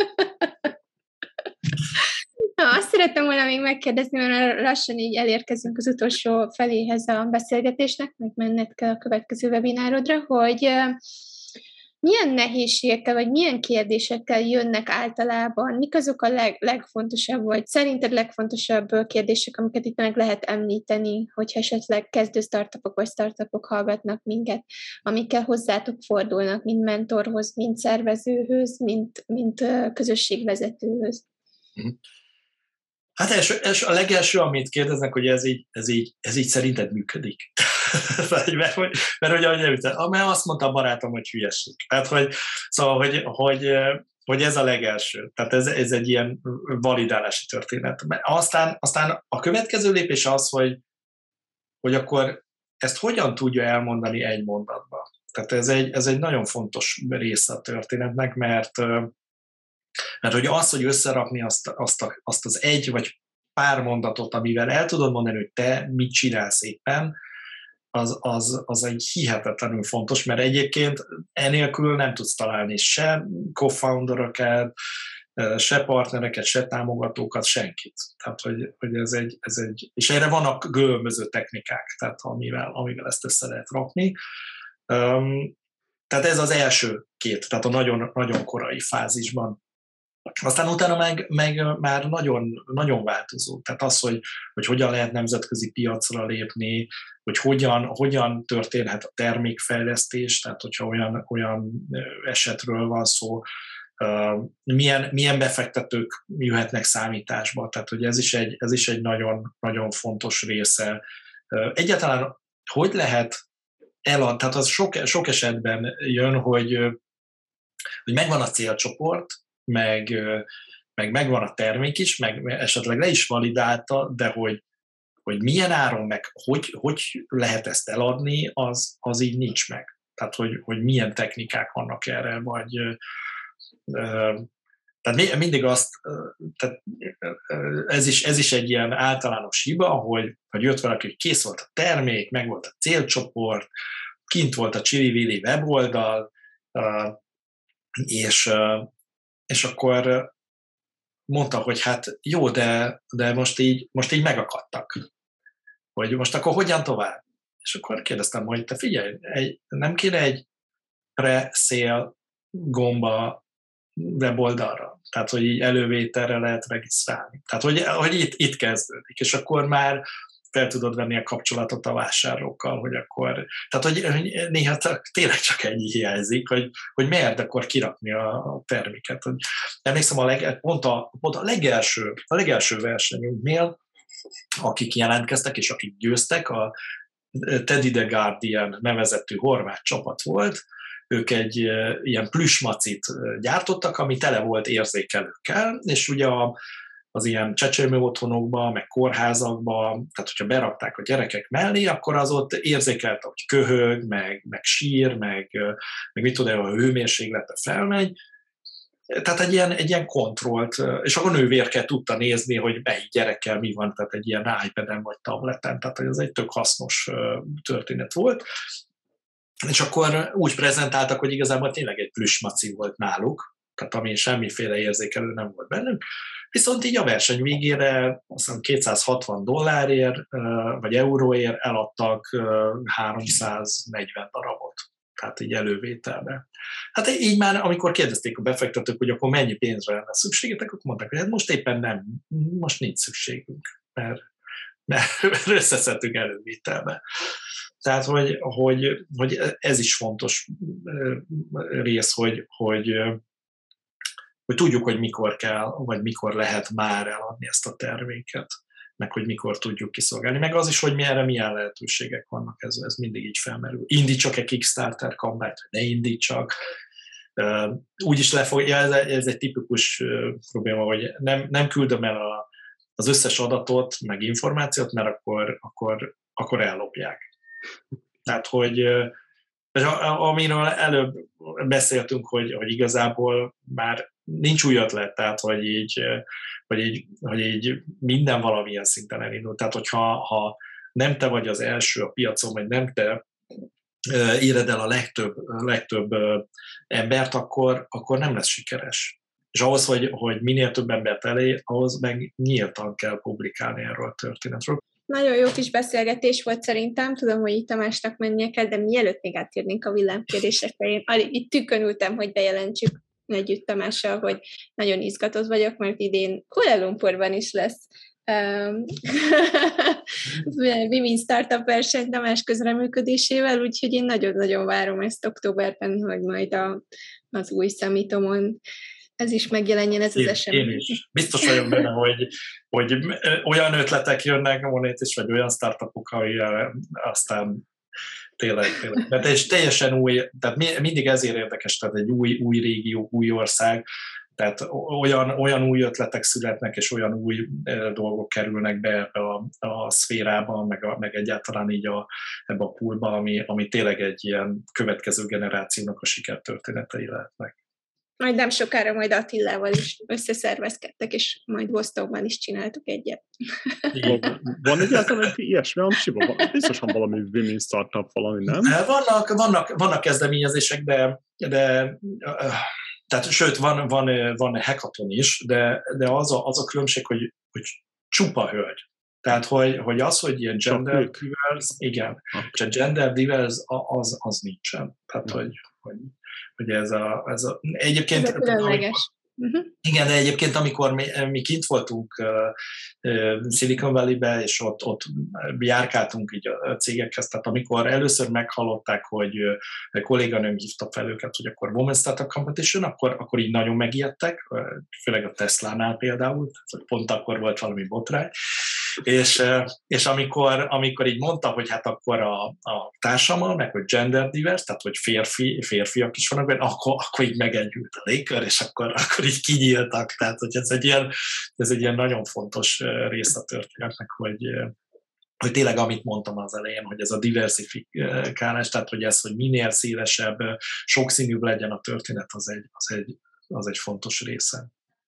Azt szerettem volna még megkérdezni, mert lassan így elérkezünk az utolsó feléhez a beszélgetésnek, meg menned kell a következő webinárodra, hogy milyen nehézségekkel, vagy milyen kérdésekkel jönnek általában, mik azok a legfontosabb, vagy szerinted legfontosabb kérdések, amiket itt meg lehet említeni, hogyha esetleg kezdő startupok vagy startupok hallgatnak minket, amikkel hozzátok fordulnak, mint mentorhoz, mint szervezőhöz, mint közösségvezetőhöz. Hát a legelső, amit kérdeznek, hogy ez így szerinted működik. mert hogy ahogy említettem, mert azt mondta a barátom, hogy hülyeség. Tehát, hogy hogy ez a legelső. Tehát ez egy ilyen validálási történet. Aztán a következő lépés az, hogy akkor ezt hogyan tudja elmondani egy mondatban. Tehát ez egy nagyon fontos része a történetnek, mert hogy hogy összerakni azt az egy vagy pár mondatot, amivel el tudod mondani, hogy te mit csinálsz éppen, az egy hihetetlenül fontos, mert egyébként enélkül nem tudsz találni se co-founderöket, se partnereket, se támogatókat, senkit. Tehát, hogy ez egy, és erre vannak különböző technikák, tehát amivel ezt össze lehet rakni. Tehát ez az első két, tehát a nagyon, nagyon korai fázisban. Aztán utána meg már nagyon, nagyon változó. Tehát az, hogy hogyan lehet nemzetközi piacra lépni, hogy hogyan történhet a termékfejlesztés, tehát hogyha olyan esetről van szó, milyen befektetők jöhetnek számításba. Tehát hogy ez is egy nagyon, nagyon fontos része. Egyáltalán hogy lehet eladni, tehát az sok esetben jön, hogy megvan a célcsoport, meg megvan a termék is, meg esetleg le is validálta, de hogy milyen áron, meg hogy lehet ezt eladni, az így nincs meg. Tehát, hogy milyen technikák vannak erre, vagy tehát mindig tehát ez is egy ilyen általános hiba, hogy jött valaki, hogy kész volt a termék, meg volt a célcsoport, kint volt a Chili-Willy weboldal, és akkor mondta, hogy hát jó, de most így megakadtak. Hogy most akkor hogyan tovább? És akkor kérdeztem, hogy te figyelj, nem kéne egy pre-sale gomba weboldalra? Tehát, hogy így elővételre lehet regisztrálni. Tehát, hogy itt kezdődik. És akkor már fel tudod venni a kapcsolatot a vásárlókkal, hogy akkor... Tehát, hogy néha tényleg csak ennyi hiányzik, hogy miért akkor kirakni a terméket. Emlékszem, pont a legelső versenyünknél, akik jelentkeztek és akik győztek, a Teddy the Guardian nevezetű horvát csapat volt, ők egy ilyen plüssmacit gyártottak, ami tele volt érzékelőkkel, és ugye az ilyen csecsemő otthonokba, meg kórházakba, tehát hogyha berakták a gyerekek mellé, akkor az ott érzékelte, hogy köhög, meg sír, meg mit tudom, a hőmérséklete felmegy. Tehát egy ilyen kontrollt, és akkor nővérke tudta nézni, hogy melyik gyerekkel mi van, tehát egy ilyen iPad-en vagy tableten, tehát ez egy tök hasznos történet volt. És akkor úgy prezentáltak, hogy igazából tényleg egy plüssmaci volt náluk, tehát ami semmiféle érzékelő nem volt bennük. Viszont így a verseny végére azt hiszem $260 vagy euróért eladtak 340 darabot, tehát így elővételbe. Hát így már, amikor kérdezték a befektetők, hogy akkor mennyi pénzre lenne szükségetek, akkor mondták, hogy hát most éppen nem, most nincs szükségünk, mert összeszedtünk elővételbe. Tehát, hogy ez is fontos rész, hogy tudjuk, hogy mikor kell, vagy mikor lehet már eladni ezt a terméket, meg hogy mikor tudjuk kiszolgálni. Meg az is, hogy milyen lehetőségek vannak, ez mindig így felmerül. Indítsak egy Kickstarter kampányt, ne indítsak. Úgyis lefogja, ez egy tipikus probléma, hogy nem küldöm el az összes adatot, meg információt, mert akkor ellopják. Tehát, hogy amiről előbb beszéltünk, hogy igazából már nincs új ötlet, tehát, hogy így minden valamilyen szinten elindul. Tehát, hogyha nem te vagy az első a piacon, vagy nem te éred el a legtöbb embert, akkor nem lesz sikeres. És ahhoz, hogy minél több embert elé, ahhoz meg nyíltan kell publikálni erről a történetről. Nagyon jó kis beszélgetés volt szerintem, tudom, hogy itt Tamásnak mennie kell, de mielőtt még átérnénk a villámkérdésekre, én itt tükön ültem, hogy bejelentsük együtt Tamással, hogy nagyon izgatott vagyok, mert idén Kuala Lumpurban is lesz Women Startup verseny Tamás közreműködésével, úgyhogy én nagyon-nagyon várom ezt októberben, hogy majd az új summitomon ez is megjelenjen, ez az esemény. Én is. Biztos vagyok benne, hogy olyan ötletek jönnek, monét is, vagy olyan startupok, aztán Tényleg. Mert ez teljesen új, tehát mindig ezért érdekes, tehát egy új régió, új ország, tehát olyan új ötletek születnek, és olyan új dolgok kerülnek be ebbe a szférába, meg egyáltalán így ebbe a poolba, ami tényleg egy ilyen következő generációnak a sikertörténetei lehetnek. Majd nem sokára majd Attilával is összeszervezkedtek, és majd Bostonban is csináltuk egyet. Van egyáltalán egy ilyesmi, van biztosan valami women startup, valami, nem? Vannak kezdeményezések, de tehát sőt, van hackathon is, de az a különbség, hogy csupa hölgy. Tehát, hogy az, hogy ilyen gender diverse, igen, csak gender diverse, az nincsen. Tehát, hogy ez a egyébként... Ez a különleges. Igen, de egyébként, amikor mi kint voltunk Silicon Valley-be, és ott járkáltunk így a cégekhez, tehát amikor először meghallották, hogy kolléganőm hívta fel őket, hogy akkor Women Startup Competition, akkor így nagyon megijedtek, főleg a Teslánál például, hogy pont akkor volt valami botrány, és amikor így mondta, hogy hát akkor a társammal, meg hogy gender diverse, tehát hogy férfiak is vannak benne, akkor így megegyült a légkör, és akkor így kinyíltak. Tehát, hogy ez egy ilyen nagyon fontos rész a történetnek, hogy tényleg, amit mondtam az elején, hogy ez a diversifikálás, tehát hogy hogy minél szélesebb, sokszínűbb legyen a történet, az egy fontos része.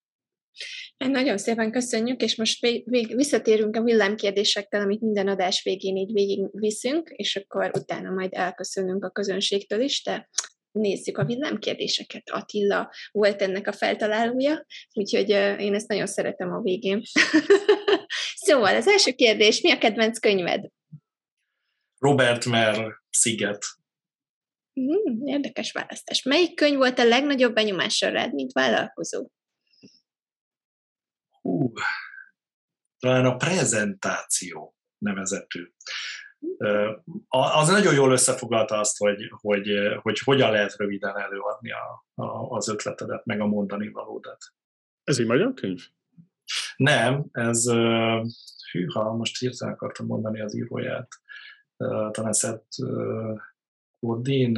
Nagyon szépen köszönjük, és most visszatérünk a villámkérdésekkel, amit minden adás végén így végigviszünk, és akkor utána majd elköszönünk a közönségtől is, de nézzük a villámkérdéseket. Attila volt ennek a feltalálója, úgyhogy én ezt nagyon szeretem a végén. Szóval az első kérdés, mi a kedvenc könyved? Robert Merl, Sziget. Érdekes választás. Melyik könyv volt a legnagyobb benyomással rád, mint vállalkozó? Talán a Prezentáció nevezetű. Az nagyon jól összefoglalta azt, hogy hogyan lehet röviden előadni az ötletedet, meg a mondani valódat. Ez egy magyar könyv? Nem, ez most hirtelen akartam mondani az íróját. Talán Seth Godin.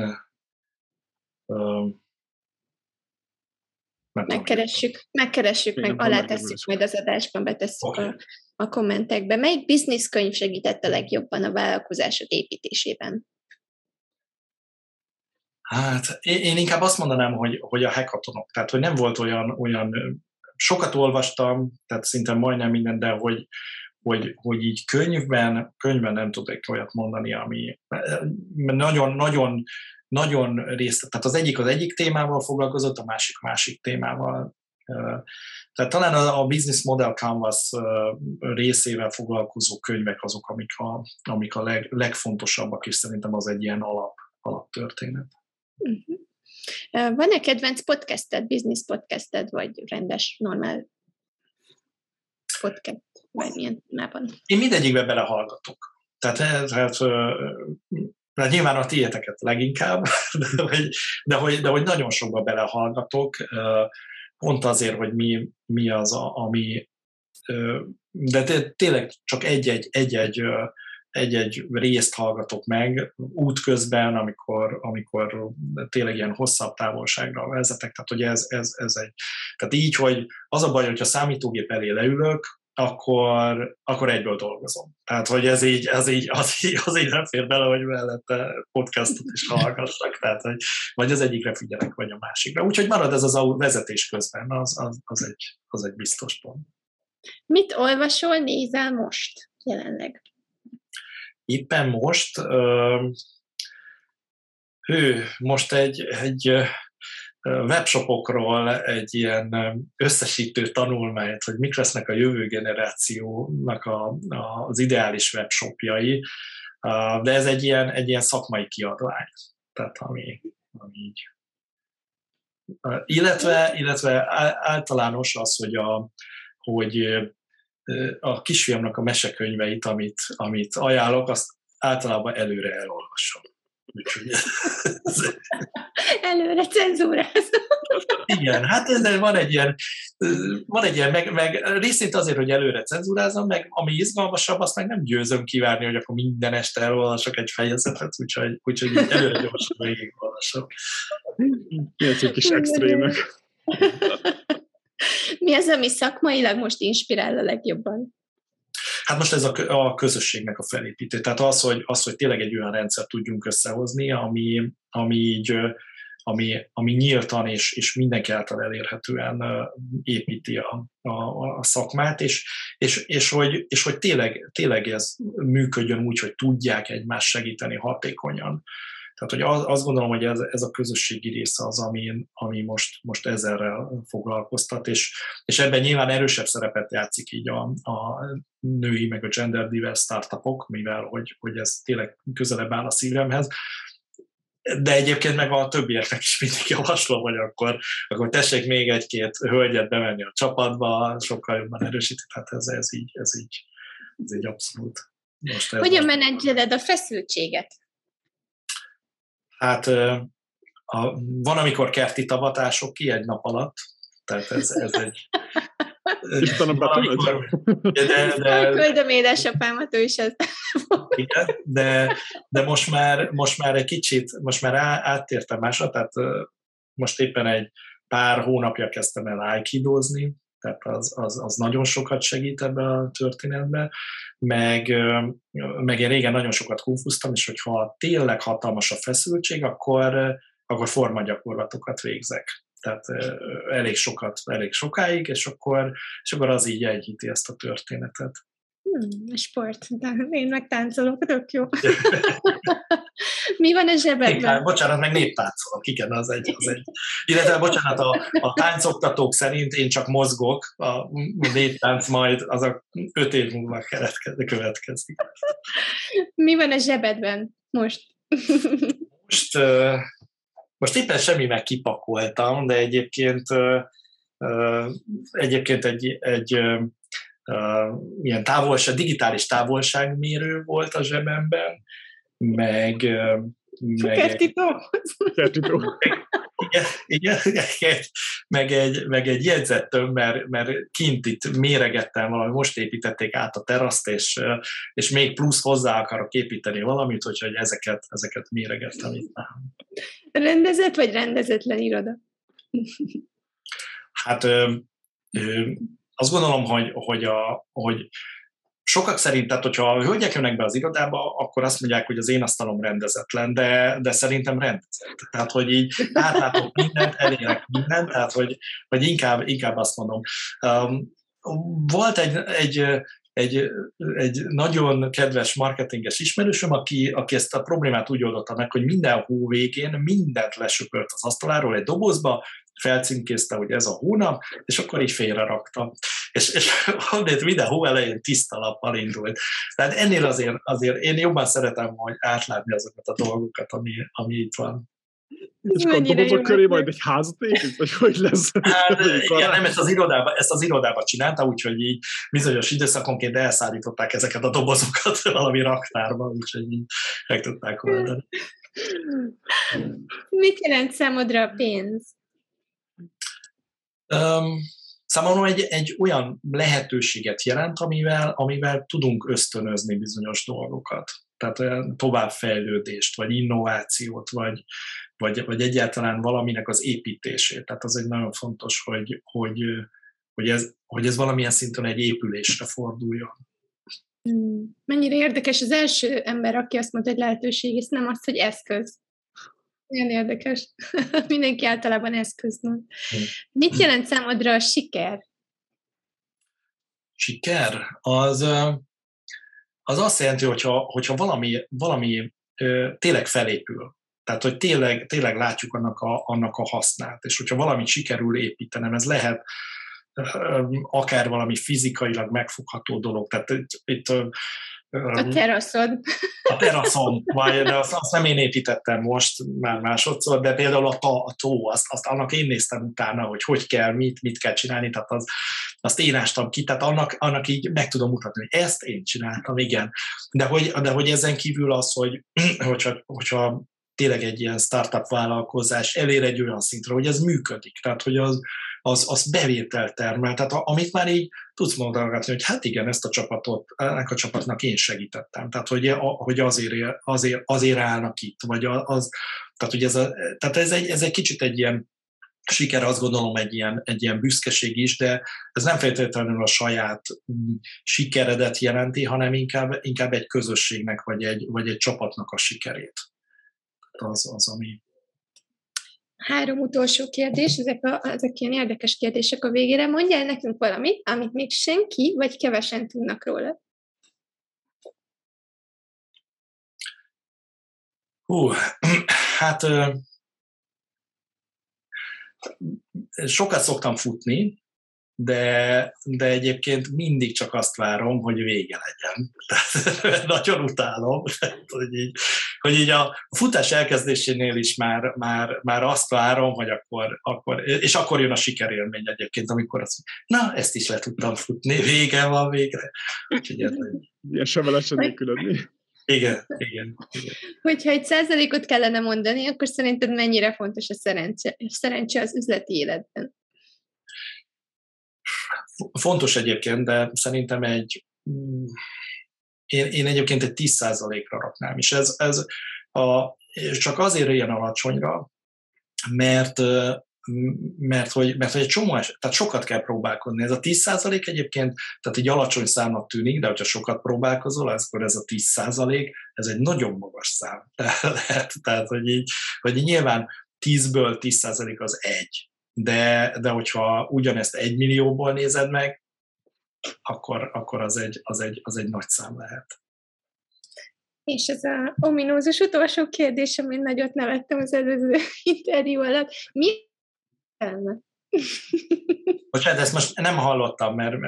Megkeressük, meg alátesszük majd az adásban, betesszük a kommentekbe. Melyik bizniszkönyv segített a legjobban a vállalkozásod építésében? Hát én inkább azt mondanám, hogy a hackathonok. Tehát, hogy nem volt olyan sokat olvastam, tehát szinte majdnem minden, de hogy így könyvben nem tudok olyat mondani, ami nagyon részt, tehát az egyik témával foglalkozott, a másik témával. Tehát talán a Business Model Canvas részével foglalkozó könyvek azok, amik a legfontosabbak, és szerintem az egy ilyen alaptörténet. Uh-huh. Van-e kedvenc podcasted, business podcasted, vagy rendes, normál podcast, vagy milyen témában? Én mindegyikbe belehallgatok. Tehát nyilván a tiéteket leginkább, de hogy nagyon sokba belehallgatok, pont azért, hogy mi az, ami... De tényleg csak egy-egy részt hallgatok meg útközben, amikor tényleg ilyen hosszabb távolságra vezetek, tehát hogy ez egy... Tehát így, hogy az a baj, hogyha számítógép elé leülök, akkor egyből dolgozom. Tehát, hogy az így nem fér bele, hogy mellette podcastot is hallgassak, tehát, hogy vagy az egyikre figyelek, vagy a másikra. Úgyhogy marad ez az vezetés közben, az egy biztos pont. Mit olvasol, nézel most jelenleg? Éppen most most egy webshopokról egy ilyen összesítő tanulmányt, hogy mik lesznek a jövő generációnak az ideális webshopjai, de ez egy ilyen szakmai kiadvány. Tehát ami így. Illetve általános az, hogy a kisfiamnak a mesekönyveit, amit ajánlok, azt általában előre elolvasom. Úgyhogy előre cenzúrázom. igen, hát de van egy ilyen meg részint azért, hogy előre cenzúrázom, meg ami izgalmasabb, azt meg nem győzöm kivárni, hogy akkor minden este elolvasok egy fejezetet, úgyhogy így előre gyorsan végigolvasom. Ilyen kis extrémek. Mi az, ami szakmailag most inspirál a legjobban? Hát most ez a közösségnek a felépítés. Tehát az, hogy tényleg egy olyan rendszert tudjunk összehozni, ami nyíltan és mindenki által elérhetően építi a szakmát, és hogy tényleg ez működjön úgy, hogy tudják egymást segíteni hatékonyan. Tehát, hogy azt gondolom, hogy ez a közösségi része az, ami most ezerrel foglalkoztat, és ebben nyilván erősebb szerepet játszik így a női meg a gender divers startupok, mivel hogy ez tényleg közelebb áll a szívemhez. De egyébként meg a többieknek is mindig javaslom, hogy akkor tessék még egy-két hölgyet bevenni a csapatba, sokkal jobban erősített, hát ez így abszolút. Hogyan menedzseled a feszültséget? Hát van, amikor kerti tavatások ki egy nap alatt, tehát ez egy... Küldöm édesapámat, ő is ezt. Igen, de most már egy kicsit, most már áttértem másra, tehát most éppen egy pár hónapja kezdtem el aikidozni, tehát az nagyon sokat segít ebben a történetben, meg én régen nagyon sokat kungfuztam, és hogyha tényleg hatalmas a feszültség, akkor formagyakorlatokat végzek. Tehát elég sokáig, és akkor az így enyhíti ezt a történetet. Sport, de én meg táncolok, tök jó. Mi van a zsebedben? Bocsánat, meg néptáncolok, igen, az egy. Illetve, bocsánat, a táncoktatók szerint én csak mozgok, a néptánc majd az a 5 év múlva következik. Mi van a zsebedben most? Most éppen semmivel kipakoltam, de egyébként egy ilyen digitális távolságmérő volt a zsebemben, meg egy jegyzettöm, mert kint itt méregettem valami, most építették át a teraszt, és még plusz hozzá akarok építeni valamit, hogy ezeket méregettem itt. Rendezett vagy rendezetlen iroda? Hát azt gondolom, hogy sokak szerint, tehát hogyha a hölgyek jönnek be az irodába, akkor azt mondják, hogy az én asztalom rendezetlen, de szerintem rendezett. Tehát, hogy így átlátok mindent, elérek mindent, tehát, hogy inkább azt mondom. Volt egy nagyon kedves marketinges ismerősöm, aki ezt a problémát úgy oldotta meg, hogy minden hó végén mindent lesöpört az asztaláról egy dobozba, felcímkézte, hogy ez a hónap, és akkor így félrerakta. És minden hó elején tiszta lappal indult. Tehát ennél azért én jobban szeretem, hogy átlátni azokat a dolgokat, ami itt van. És akkor dobozok köré majd egy házat épít, vagy hogy lesz? Hát, igen, nem, ezt az irodába csinálta, úgyhogy így bizonyos időszakonként elszállították ezeket a dobozokat valami raktárba, úgyhogy így meg tudták oldani. Mit jelent számodra a pénz? Számomra egy olyan lehetőséget jelent, amivel tudunk ösztönözni bizonyos dolgokat. Tehát olyan továbbfejlődést, vagy innovációt, vagy egyáltalán valaminek az építését. Tehát az egy nagyon fontos, hogy ez valamilyen szinten egy épülésre forduljon. Mennyire érdekes az első ember, aki azt mondta, hogy lehetőség, és nem az, hogy eszköz. Nagyon érdekes. Mindenki általában eszköz mond. Mit jelent számodra a siker? Siker? Az azt jelenti, hogyha valami tényleg felépül. Tehát, hogy tényleg látjuk annak a hasznát. És hogyha valamit sikerül építenem, ez lehet akár valami fizikailag megfogható dolog. Tehát itt a teraszod. A teraszom, de azt nem én építettem most, már másodszor, de például a tó, azt annak én néztem utána, hogy kell, mit kell csinálni, tehát azt én ástam ki, tehát annak így meg tudom mutatni, hogy ezt én csináltam, igen. De hogy ezen kívül az, hogyha tényleg egy ilyen startup vállalkozás elér egy olyan szintre, hogy ez működik, tehát hogy az bevételt termel, tehát amit már így tudsz mondogatni, hogy hát igen, ennek a csapatnak én segítettem, tehát hogy azért állnak itt, vagy tehát hogy ez egy kicsit egy ilyen siker, azt gondolom egy ilyen büszkeség is, de ez nem feltétlenül a saját sikeredet jelenti, hanem inkább egy közösségnek, vagy egy csapatnak a sikerét. Az, ami... 3 utolsó kérdés, ezek ilyen érdekes kérdések a végére. Mondjál nekünk valamit, amit még senki, vagy kevesen tudnak róla. Hát sokat szoktam futni, de egyébként mindig csak azt várom, hogy vége legyen. Nagyon utálom, hogy így a futás elkezdésénél is már azt várom, hogy akkor jön a sikerélmény egyébként, amikor azt mondja, na, ezt is le tudtam futni, vége van végre. Ilyen sem lehessen nélkülödni. Igen. Hogyha egy 1%-ot kellene mondani, akkor szerinted mennyire fontos a szerencse az üzleti életben? Fontos egyébként, de szerintem én egyébként egy 10%-ra raknám, és ez csak azért ilyen alacsonyra, mert egy csomó tehát sokat kell próbálkozni. Ez a 10% egyébként, tehát egy alacsony számnak tűnik, de hogyha sokat próbálkozol, akkor ez a 10%, ez egy nagyon magas szám. Tehát, hogy nyilván 10-ből 10% az 1. De hogyha ugyanezt 1 millióból nézed meg, akkor az egy nagy szám lehet. És ez az ominózus utolsó kérdés, amin nagyot nevettem az előző interjú alatt. Mi értelme? Bocsánat, ezt most nem hallottam, mert...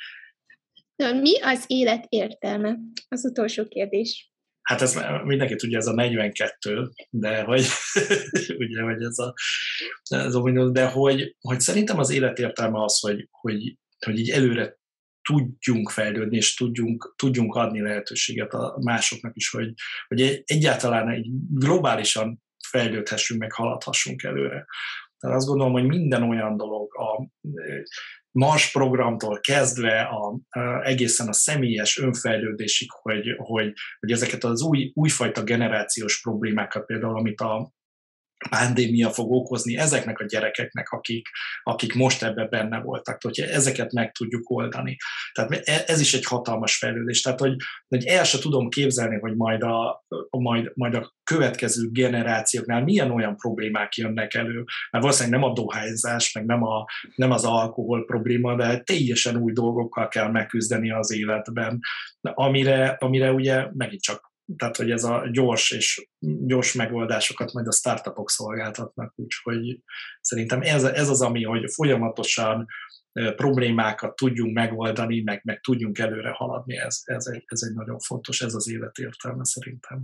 Mi az élet értelme? Az utolsó kérdés. Hát ez mindenki tudja, ez a 42, de hogy ugye, hogy ez ominózus, de hogy szerintem az élet értelme az, hogy így előre tudjunk fejlődni, és tudjunk adni lehetőséget a másoknak is, hogy egyáltalán így globálisan fejlődhessünk, meg haladhassunk előre. Tehát azt gondolom, hogy minden olyan dolog, a Mars programtól kezdve egészen a személyes önfejlődésig, hogy ezeket az újfajta generációs problémákat, például amit a pandémia fog okozni ezeknek a gyerekeknek, akik most ebben benne voltak, hogyha ezeket meg tudjuk oldani. Tehát ez is egy hatalmas fejlődés. Tehát, hogy el sem tudom képzelni, hogy majd a következő generációknál milyen olyan problémák jönnek elő, mert valószínűleg nem a dohányzás, meg nem az alkohol probléma, de teljesen új dolgokkal kell megküzdeni az életben, amire ugye megint csak tehát, hogy ez a gyors megoldásokat majd a startupok szolgáltatnak, úgyhogy szerintem ez az, ami, hogy folyamatosan problémákat tudjunk megoldani, meg tudjunk előre haladni, ez egy nagyon fontos, ez az élet értelme szerintem.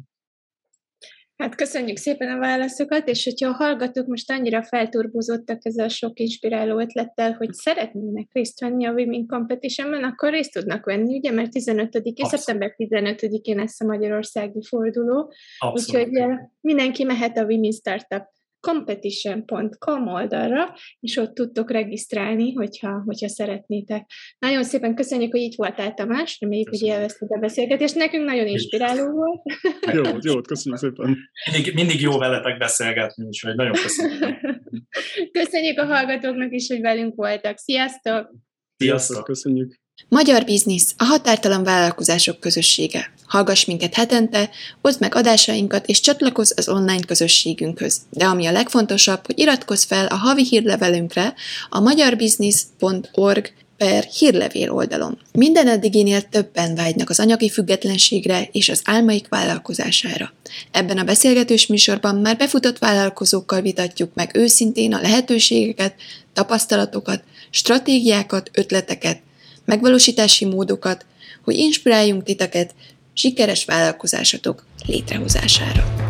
Hát köszönjük szépen a válaszokat, és hogyha a hallgatók most annyira felturbózottak ezzel a sok inspiráló ötlettel, hogy szeretnének részt venni a Women Competitionben, akkor részt tudnak venni, ugye, mert szeptember 15-én lesz a magyarországi forduló, úgyhogy mindenki mehet a Women Startup competition.com oldalra, és ott tudtok regisztrálni, hogyha szeretnétek. Nagyon szépen köszönjük, hogy itt voltál, Tamás, reméljük, hogy élvezted a beszélgetést. Nekünk nagyon inspiráló volt. Jó, köszönjük szépen. Mindig jó veletek beszélgetni, úgyhogy nagyon köszönjük. Köszönjük a hallgatóknak is, hogy velünk voltak. Sziasztok! Sziasztok! Köszönjük! Magyar Biznisz, a határtalan vállalkozások közössége. Hallgass minket hetente, oszd meg adásainkat és csatlakozz az online közösségünkhöz. De ami a legfontosabb, hogy iratkozz fel a havi hírlevelünkre a magyarbiznisz.org/hírlevél oldalon. Minden eddiginél többen vágynak az anyagi függetlenségre és az álmaik vállalkozására. Ebben a beszélgetős műsorban már befutott vállalkozókkal vitatjuk meg őszintén a lehetőségeket, tapasztalatokat, stratégiákat, ötleteket, megvalósítási módokat, hogy inspiráljunk titeket sikeres vállalkozásatok létrehozására.